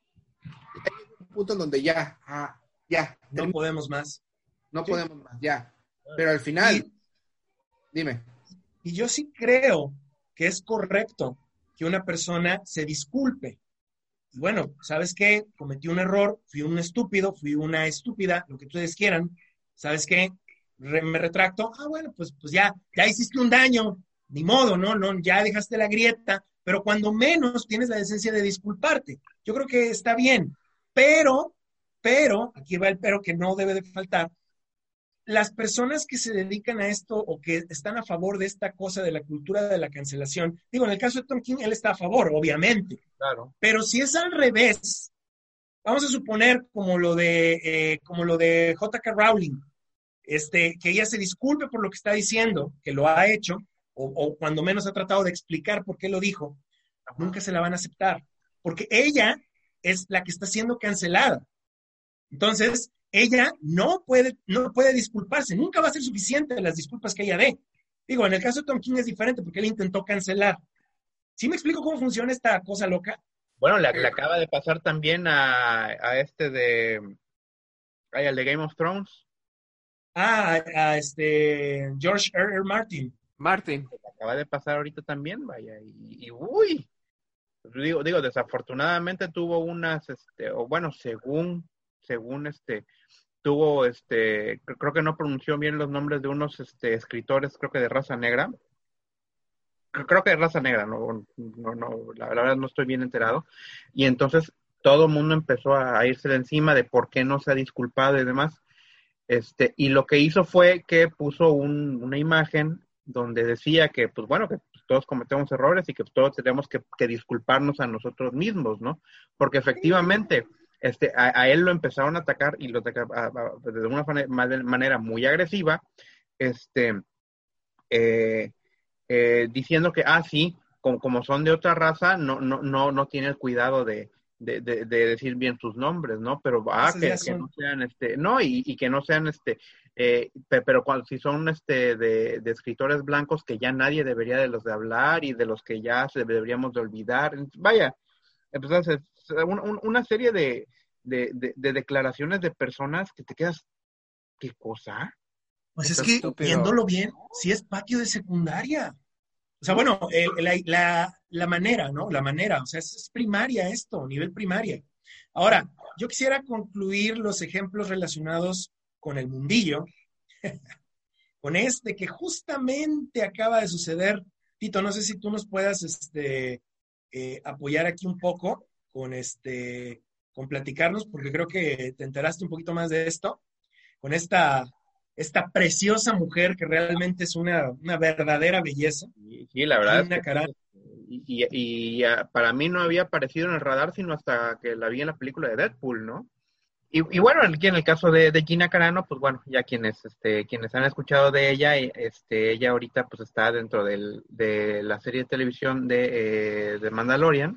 y hay un punto en donde ya, ah, ya. No termina. podemos más. No Sí. podemos más, ya. Pero al final, Y, dime. y yo sí creo que es correcto que una persona se disculpe. Y bueno, ¿sabes qué? Cometí un error, fui un estúpido, fui una estúpida, lo que ustedes quieran. ¿Sabes qué? Re, me retracto. Ah, bueno, pues, pues ya, ya hiciste un daño. Ni modo, ¿no? ¿no? Ya dejaste la grieta, pero cuando menos tienes la decencia de disculparte. Yo creo que está bien. Pero, pero, aquí va el pero que no debe de faltar. Las personas que se dedican a esto o que están a favor de esta cosa de la cultura de la cancelación, digo, en el caso de Tom King, él está a favor, obviamente. Claro. Pero si es al revés, vamos a suponer como lo de, eh, como lo de J K. Rowling, este, que ella se disculpe por lo que está diciendo, que lo ha hecho, o, o cuando menos ha tratado de explicar por qué lo dijo, nunca se la van a aceptar, porque ella es la que está siendo cancelada. Entonces, ella no puede, no puede disculparse, nunca va a ser suficiente las disculpas que ella dé. Digo, en el caso de Tom King es diferente porque él intentó cancelar. ¿Sí me explico cómo funciona esta cosa loca? Bueno, le, le acaba de pasar también a, a este de, ay, al de Game of Thrones. Ah, a este George R. R. Martin. Martin. Le acaba de pasar ahorita también, vaya, y, y uy, digo, digo, desafortunadamente tuvo unas, este, o bueno, según, según este, tuvo, este, creo que no pronunció bien los nombres de unos, este, escritores, creo que de raza negra. Creo que de raza negra, no, no, no la, la verdad no estoy bien enterado. Y entonces todo el mundo empezó a irse de encima de por qué no se ha disculpado y demás. Este, y lo que hizo fue que puso un, una imagen donde decía que, pues bueno, que todos cometemos errores y que todos tenemos que, que disculparnos a nosotros mismos, ¿no? Porque efectivamente, este, a, a él lo empezaron a atacar y lo atacaron a, a, de una manera muy agresiva, este, eh, eh, diciendo que, ah, sí, como, como son de otra raza, no, no, no, no tiene el cuidado de, de, de, de decir bien sus nombres, ¿no? Pero, ah, que, que no sean, este, no, y, y que no sean, este, eh, pero cuando, si son, este, de, de escritores blancos que ya nadie debería de los de hablar y de los que ya se deberíamos de olvidar, vaya, entonces, una, una serie de, de, de, de declaraciones de personas que te quedas, ¿qué cosa? Pues es que, estúpido. Viéndolo bien, sí es patio de secundaria. O sea, bueno, el, la, la, la manera, ¿no? La manera, o sea, es, es primaria esto, nivel primaria. Ahora, yo quisiera concluir los ejemplos relacionados con el mundillo, con este que justamente acaba de suceder Tito, no sé si tú nos puedas este, eh, apoyar aquí un poco con, este, con platicarnos, porque creo que te enteraste un poquito más de esto, con esta, esta preciosa mujer que realmente es una, una verdadera belleza. Y, sí, la verdad Gina es que Carano. y, y, y, uh, para mí no había aparecido en el radar sino hasta que la vi en la película de Deadpool, ¿no? Y, y bueno, aquí en el caso de, de Gina Carano, pues bueno, ya quienes este quienes han escuchado de ella, este ella ahorita pues está dentro del, de la serie de televisión de, eh, de Mandalorian,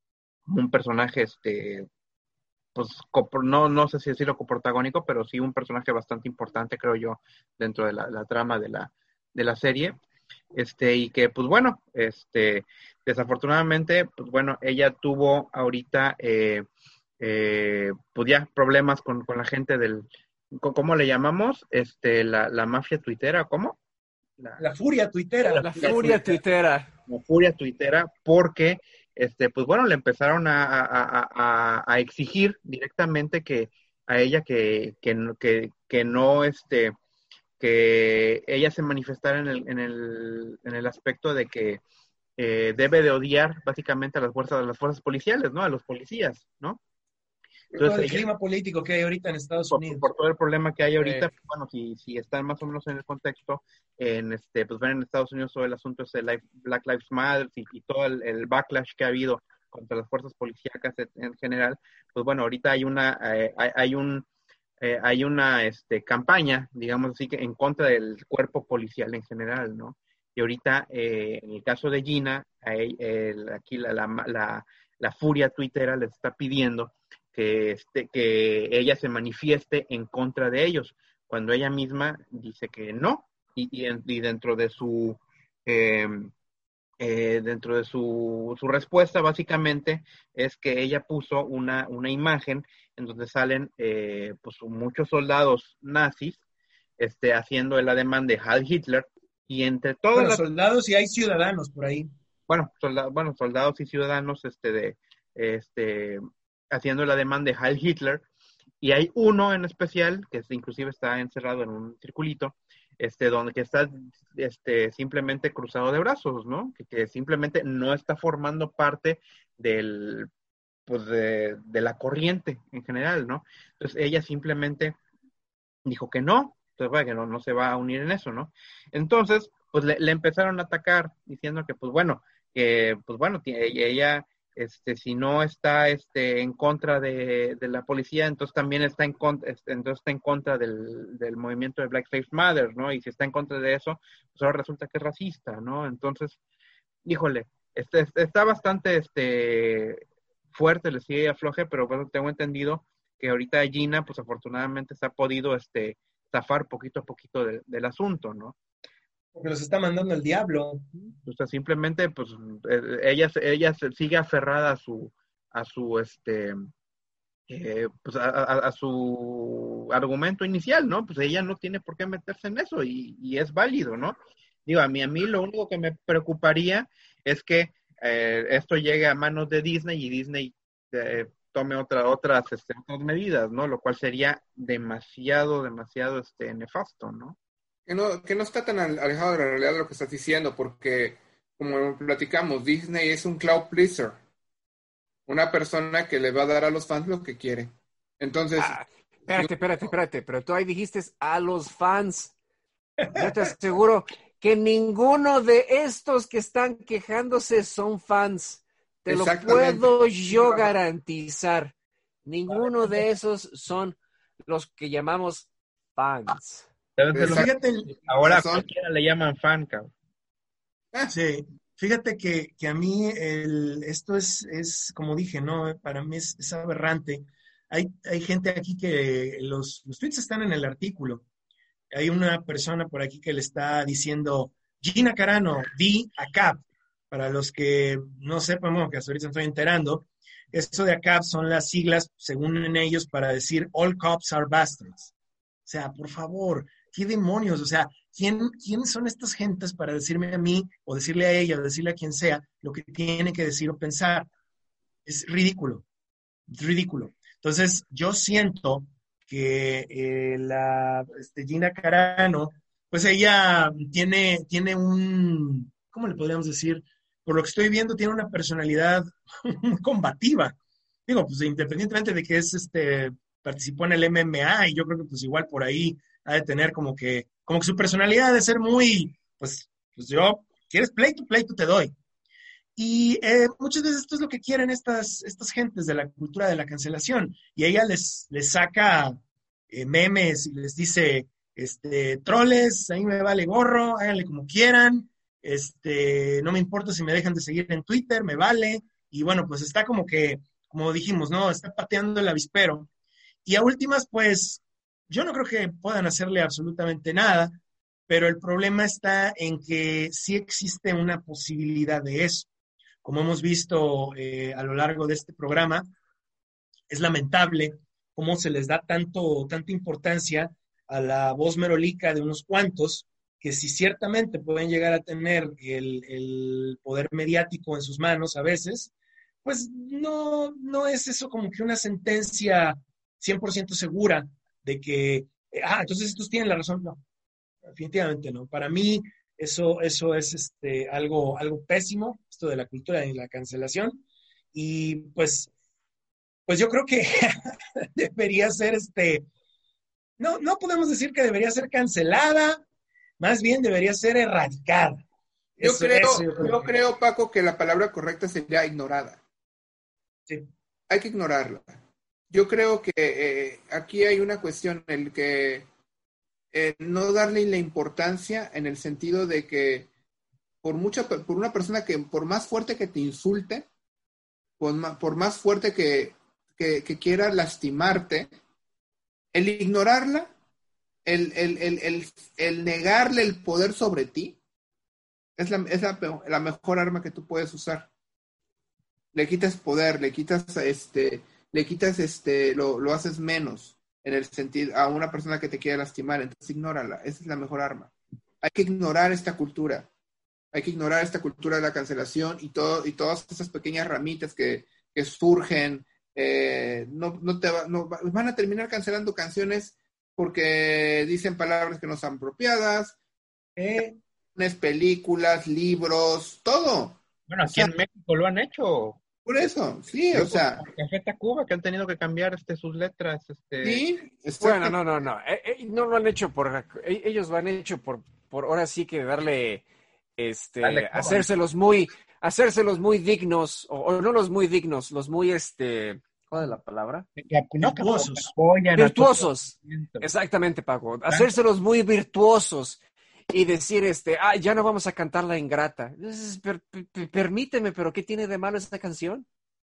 un personaje este pues no, no sé si decirlo coprotagónico, pero sí un personaje bastante importante, creo yo, dentro de la, la trama de la, de la serie. Este, y que, pues bueno, este, desafortunadamente, pues bueno, ella tuvo ahorita, eh, eh, pues ya problemas con, con la gente del, ¿cómo le llamamos? Este, la, la mafia tuitera, ¿cómo? La, la furia tuitera. La, la furia tuitera. La furia tuitera, porque, este, pues bueno, le empezaron a, a, a, a exigir directamente que a ella que, que, que, que no, este, que ella se manifestara en el, en el, en el aspecto de que eh, debe de odiar básicamente a las fuerzas, a las fuerzas policiales, ¿no? A los policías, ¿no? Entonces, todo el ella, clima político que hay ahorita en Estados por, Unidos. Por todo el problema que hay ahorita, eh. pues, bueno, si, si están más o menos en el contexto, en este, pues ven en Estados Unidos todo el asunto es el Black Lives Matter y, y todo el, el backlash que ha habido contra las fuerzas policíacas en, en general, pues bueno, ahorita hay una, eh, hay, hay un Eh, hay una este, campaña, digamos así, que en contra del cuerpo policial en general, ¿no? Y ahorita, eh, en el caso de Gina, hay, eh, aquí la, la, la, la furia tuitera les está pidiendo que, este, que ella se manifieste en contra de ellos, cuando ella misma dice que no, y, y, y dentro de su... Eh, eh, dentro de su, su respuesta básicamente es que ella puso una, una imagen en donde salen eh, pues muchos soldados nazis este, haciendo el ademán de Heil Hitler y entre todos bueno, las... soldados y hay ciudadanos por ahí. Bueno, soldados, bueno, soldados y ciudadanos este, de, este, haciendo el ademán de Heil Hitler y hay uno en especial que inclusive está encerrado en un circulito este, donde que está este, simplemente cruzado de brazos, ¿no? Que, que simplemente no está formando parte del, pues de, de la corriente en general, ¿no? Entonces ella simplemente dijo que no, entonces bueno, que no, no se va a unir en eso, ¿no? Entonces, pues le, le empezaron a atacar diciendo que, pues bueno, que, pues bueno, ella... Este, si no está este, en contra de, de la policía, entonces también está en contra, este, entonces está en contra del, del movimiento de Black Lives Matter, ¿no? Y si está en contra de eso, pues ahora resulta que es racista, ¿no? Entonces, híjole, este, este, está bastante este, fuerte, le sigue afloje, pero bueno, tengo entendido que ahorita Gina, pues afortunadamente se ha podido este, zafar poquito a poquito de, del asunto, ¿no? Porque los está mandando el diablo. O sea, simplemente, pues, ella, ella sigue aferrada a su, a su, este, eh, pues, a, a, a su argumento inicial, ¿no? Pues ella no tiene por qué meterse en eso y, y es válido, ¿no? Digo, a mí, a mí lo único que me preocuparía es que eh, esto llegue a manos de Disney y Disney eh, tome otra, otras, este, otras medidas, ¿no? Lo cual sería demasiado, demasiado, este, nefasto, ¿no? Que no, que no está tan alejado de la realidad de lo que estás diciendo, porque, como platicamos, Disney es un cloud pleaser. Una persona que le va a dar a los fans lo que quiere. Entonces... Ah, espérate, espérate, espérate, pero tú ahí dijiste a los fans. Yo te aseguro que ninguno de estos que están quejándose son fans. Te lo puedo yo garantizar. Ninguno de esos son los que llamamos fans. Fíjate, ahora a cualquiera le llaman fan, cabrón. Sí, fíjate que, que a mí el, esto es, es, como dije, ¿no? Para mí es, es aberrante. Hay, hay gente aquí que los, los tweets están en el artículo. Hay una persona por aquí que le está diciendo, Gina Carano, di a Cap. Para los que no sepan, bueno, que hasta ahorita me estoy enterando, esto de A C A P son las siglas, según ellos, para decir All Cops are bastards. O sea, por favor, ¿qué demonios? O sea, ¿quién, ¿quiénes son estas gentes para decirme a mí, o decirle a ella, o decirle a quien sea, lo que tiene que decir o pensar? Es ridículo, es ridículo. Entonces, yo siento que eh, la este, Gina Carano, pues ella tiene, tiene un, ¿cómo le podríamos decir? Por lo que estoy viendo, tiene una personalidad muy combativa. Digo, pues independientemente de que es este, participó en el M M A y yo creo que pues igual por ahí ha de tener como que, como que su personalidad ha de ser muy, pues, pues yo, ¿quieres pleito? Pleito te doy. Y eh, muchas veces esto es lo que quieren estas, estas gentes de la cultura de la cancelación. Y ella les, les saca eh, memes y les dice, este, troles, ahí me vale gorro, háganle como quieran, este, no me importa si me dejan de seguir en Twitter, me vale. Y bueno, pues está como que, como dijimos, ¿no? Está pateando el avispero. Y a últimas, pues, yo no creo que puedan hacerle absolutamente nada, pero el problema está en que sí existe una posibilidad de eso. Como hemos visto eh, a lo largo de este programa, es lamentable cómo se les da tanto, tanta importancia a la voz merolica de unos cuantos, que si ciertamente pueden llegar a tener el, el poder mediático en sus manos a veces, pues no, no es eso como que una sentencia cien por ciento segura de que, eh, ah, entonces estos tienen la razón. No, definitivamente no. Para mí eso, eso es este, algo, algo pésimo, esto de la cultura y la cancelación. Y pues, pues yo creo que debería ser, este, no, no podemos decir que debería ser cancelada, más bien debería ser erradicada. Yo Eso, creo, eso yo creo, yo creo. creo, Paco, que la palabra correcta sería ignorada. Sí. Hay que ignorarla. Yo creo que eh, aquí hay una cuestión en el que eh, no darle la importancia en el sentido de que por mucha, por una persona que por más fuerte que te insulte, por más, por más fuerte que, que, que quiera lastimarte, el ignorarla, el, el, el, el, el negarle el poder sobre ti, es, la, es la, la mejor arma que tú puedes usar. Le quitas poder, le quitas este, le quitas este, lo, lo haces menos en el sentido a una persona que te quiere lastimar, entonces ignórala, esa es la mejor arma. Hay que ignorar esta cultura, hay que ignorar esta cultura de la cancelación y todo, y todas esas pequeñas ramitas que, que surgen, eh, no, no te va, no, van a terminar cancelando canciones porque dicen palabras que no son apropiadas, Eh, películas, libros, todo. Bueno, O aquí sea, en México lo han hecho. por eso, sí, o Grupos sea, como Café Tacuba que han tenido que cambiar este, sus letras. Este, sí, Bueno, exacto. no, no, no. Eh, eh, no lo han hecho por. eh, Ellos lo han hecho por, por ahora sí que darle. Este. Dale, coba, Hacérselos muy. Hacérselos muy dignos. O, o no los muy dignos, los muy este. ¿Cuál es la palabra? que, que, no, que virtuosos. apoyan a Virtuosos. todo. Exactamente, Paco. Hacérselos muy virtuosos. Y decir, este, ah, ya no vamos a cantar La Ingrata. Entonces, per- per- permíteme, pero ¿qué tiene de malo esta canción?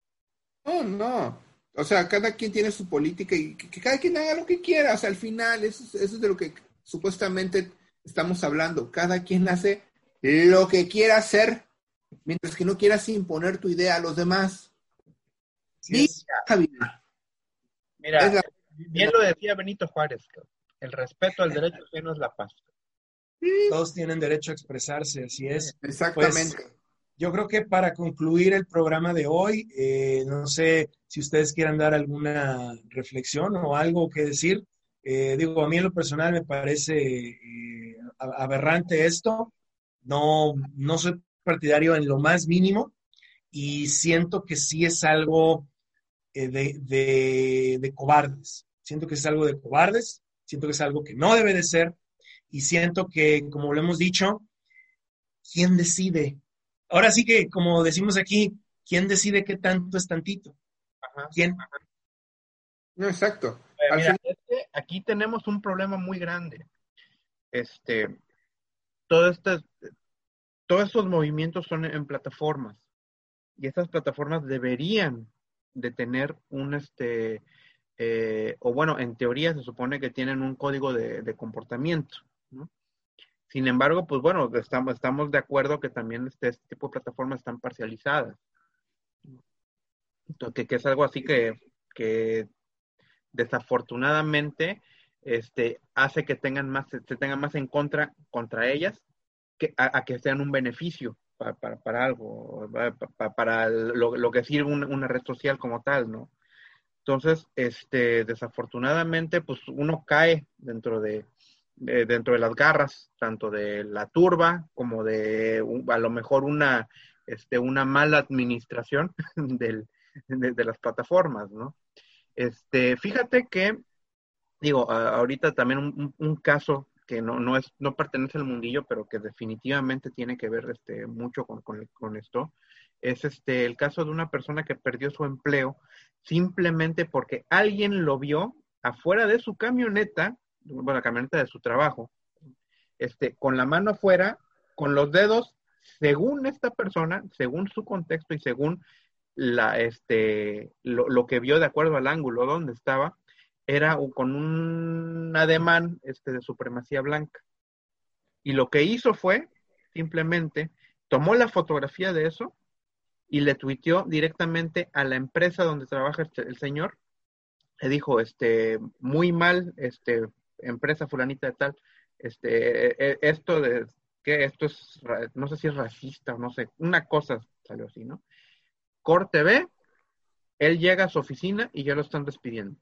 No, no. O sea, cada quien tiene su política y que, que cada quien haga lo que quiera. O sea, al final, eso, es- eso es de lo que supuestamente estamos hablando. Cada quien hace lo que quiera hacer, mientras que no quieras imponer tu idea a los demás. Así Viva, es. Javi. Mira, Es la- bien lo decía Benito Juárez, el respeto al derecho ajeno es la paz. Todos tienen derecho a expresarse, así es. Pues Exactamente. yo creo que para concluir el programa de hoy, eh, no sé si ustedes quieran dar alguna reflexión o algo que decir. Eh, digo, a mí en lo personal me parece eh, a- aberrante esto. No, no soy partidario en lo más mínimo y siento que sí es algo eh, de, de, de cobardes. Siento que es algo de cobardes, siento que es algo que no debe de ser y siento que, como lo hemos dicho, ¿quién decide? Ahora sí que, como decimos aquí, ¿quién decide qué tanto es tantito? Ajá. ¿Quién? No, exacto. Eh, Al mira, final, es que aquí tenemos un problema muy grande. Este, todo este, todos estos movimientos son en plataformas y estas plataformas deberían de tener un, este, eh, o bueno, en teoría se supone que tienen un código de, de comportamiento, ¿no? Sin embargo, pues bueno, estamos, estamos de acuerdo que también este, este tipo de plataformas están parcializadas. Entonces, que, que es algo así que, que desafortunadamente este, hace que tengan más, se tengan más en contra contra ellas que a, a que sean un beneficio para, para, para algo, para, para lo, lo que sirve una, una red social como tal, ¿no? Entonces, este, desafortunadamente, pues uno cae dentro de, eh, dentro de las garras, tanto de la turba como de un, a lo mejor una, este, una mala administración del, de, de las plataformas, ¿no? Este, fíjate que, digo, a, ahorita también un, un, un caso que no, no, es, no pertenece al mundillo, pero que definitivamente tiene que ver este, mucho con, con, con esto, es este, el caso de una persona que perdió su empleo simplemente porque alguien lo vio afuera de su camioneta, bueno, la camioneta de su trabajo, este, con la mano afuera, con los dedos, según esta persona, según su contexto y según la, este, lo, lo que vio de acuerdo al ángulo donde estaba, era con un ademán este, de supremacía blanca. Y lo que hizo fue, simplemente, tomó la fotografía de eso y le tuiteó directamente a la empresa donde trabaja este, el señor. Le dijo, este, muy mal, este, empresa fulanita de tal, este, esto de, que esto es, no sé si es racista o no sé, una cosa salió así, ¿no? Corte B, él llega a su oficina y ya lo están despidiendo.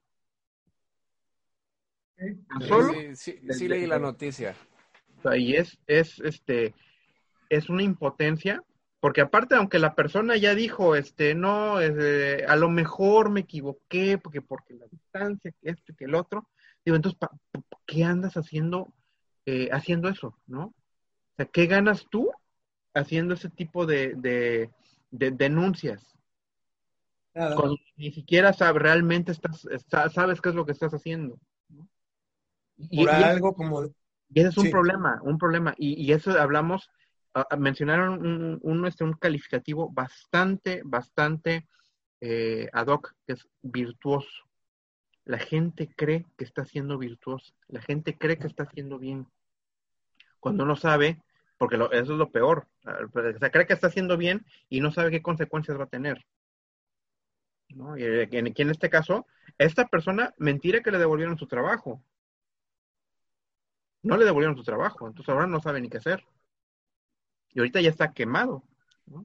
Sí, Solo, sí, sí, sí leí la noticia. Y es, es, este, es una impotencia, porque aparte, aunque la persona ya dijo, este, no, este, a lo mejor me equivoqué, porque, porque la distancia, que esto y que el otro, digo, entonces, ¿pa, pa, ¿qué andas haciendo, eh, haciendo eso, no? O sea, ¿qué ganas tú haciendo ese tipo de, de, de denuncias? Nada. Cuando ni siquiera sabes, realmente estás, está, sabes qué es lo que estás haciendo, ¿no? Y, Por y, algo como... y ese es un Sí. problema, un problema, y, y eso hablamos, uh, mencionaron un, un, este, un calificativo bastante, bastante eh, ad hoc, que es virtuoso. La gente cree que está siendo virtuosa, la gente cree que está haciendo bien, cuando no sabe, porque lo, eso es lo peor, o sea, cree que está haciendo bien y no sabe qué consecuencias va a tener, ¿no? Y en, en este caso, esta persona, mentira que le devolvieron su trabajo, no le devolvieron su trabajo, entonces ahora no sabe ni qué hacer, y ahorita ya está quemado, ¿no?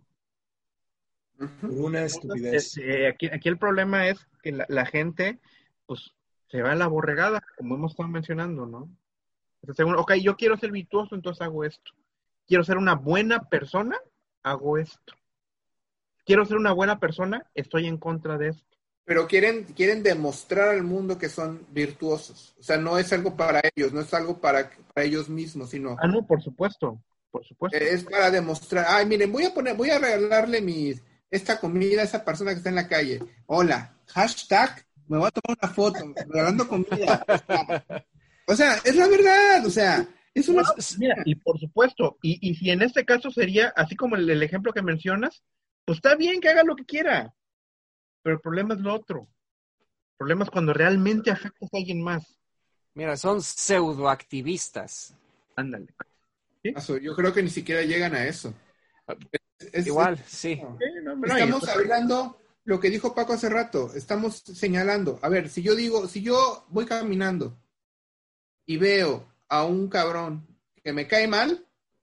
Por una estupidez. Este, aquí, aquí el problema es que la, la gente, pues, se va a la borregada, como hemos estado mencionando, ¿no? Entonces, según, ok, yo quiero ser virtuoso, entonces hago esto. Quiero ser una buena persona, hago esto. Quiero ser una buena persona, estoy en contra de esto. Pero quieren, quieren demostrar al mundo que son virtuosos. O sea, no es algo para ellos, no es algo para, para ellos mismos, sino Ah, no, por supuesto, por supuesto. es para demostrar, ay, miren, voy a poner, voy a regalarle mis, esta comida a esa persona que está en la calle. Hola, hashtag, me voy a tomar una foto, regalando comida. O sea, es la verdad, o sea, es una... No, mira, y por supuesto, y, y si en este caso sería, así como el, el ejemplo que mencionas, pues está bien que haga lo que quiera, pero el problema es lo otro. El problema es cuando realmente afectas a alguien más. Mira, son pseudoactivistas. Ándale. ¿Sí? Yo creo que ni siquiera llegan a eso. Es, Igual, es, sí. no. Sí, no, no, Estamos y- hablando lo que dijo Paco hace rato, estamos señalando. A ver, si yo digo, si yo voy caminando y veo a un cabrón que me cae mal,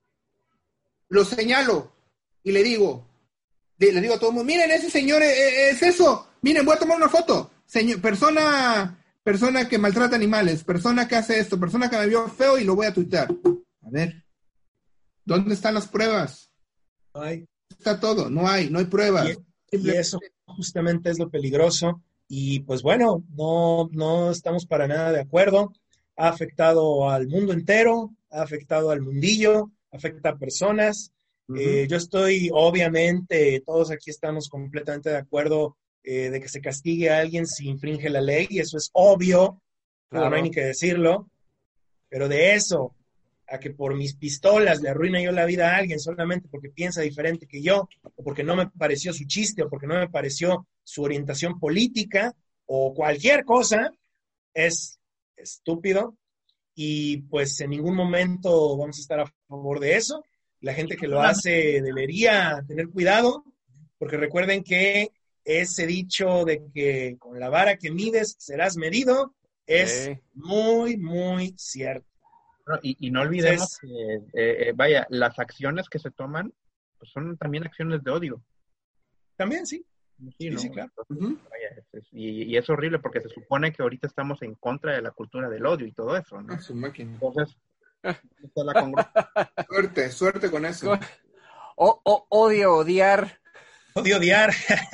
lo señalo y le digo, le digo a todo el mundo, miren, ese señor es, es eso, miren, voy a tomar una foto. Señor, persona, persona que maltrata animales, persona que hace esto, persona que me vio feo y lo voy a tuitear. A ver, ¿dónde están las pruebas? No hay. Está todo, no hay, no hay pruebas. Y, y eso justamente es lo peligroso. Y pues bueno, no, no estamos para nada de acuerdo. Ha afectado al mundo entero, ha afectado al mundillo, afecta a personas. Uh-huh. Eh, yo estoy, obviamente, todos aquí estamos completamente de acuerdo eh, de que se castigue a alguien si infringe la ley, y eso es obvio, claro. No hay ni que decirlo, pero de eso a que por mis pistolas le arruine yo la vida a alguien solamente porque piensa diferente que yo, o porque no me pareció su chiste, o porque no me pareció su orientación política, o cualquier cosa, es estúpido, y pues en ningún momento vamos a estar a favor de eso. La gente que lo hace debería tener cuidado, porque recuerden que ese dicho de que con la vara que mides serás medido es sí. muy, muy cierto. No, y, y no olvidemos Entonces, que, eh, eh, vaya, las acciones que se toman pues son también acciones de odio. También, sí. Sí, sí, ¿no? sí, claro. Entonces, uh-huh. vaya, es, es, y, y es horrible porque se supone que ahorita estamos en contra de la cultura del odio y todo eso, ¿no? Ah, su máquina. Entonces, Suerte, suerte con eso. O, o, odio odiar. Odio odiar.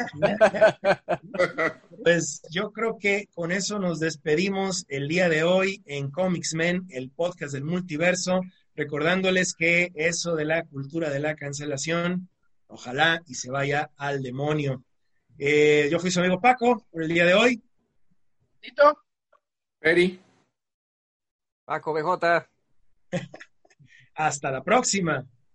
Pues yo creo que con eso nos despedimos el día de hoy en Comics Men, el podcast del multiverso, recordándoles que eso de la cultura de la cancelación, ojalá y se vaya al demonio. Eh, yo fui su amigo Paco por el día de hoy. Tito. Peri. Paco B J. Hasta la próxima.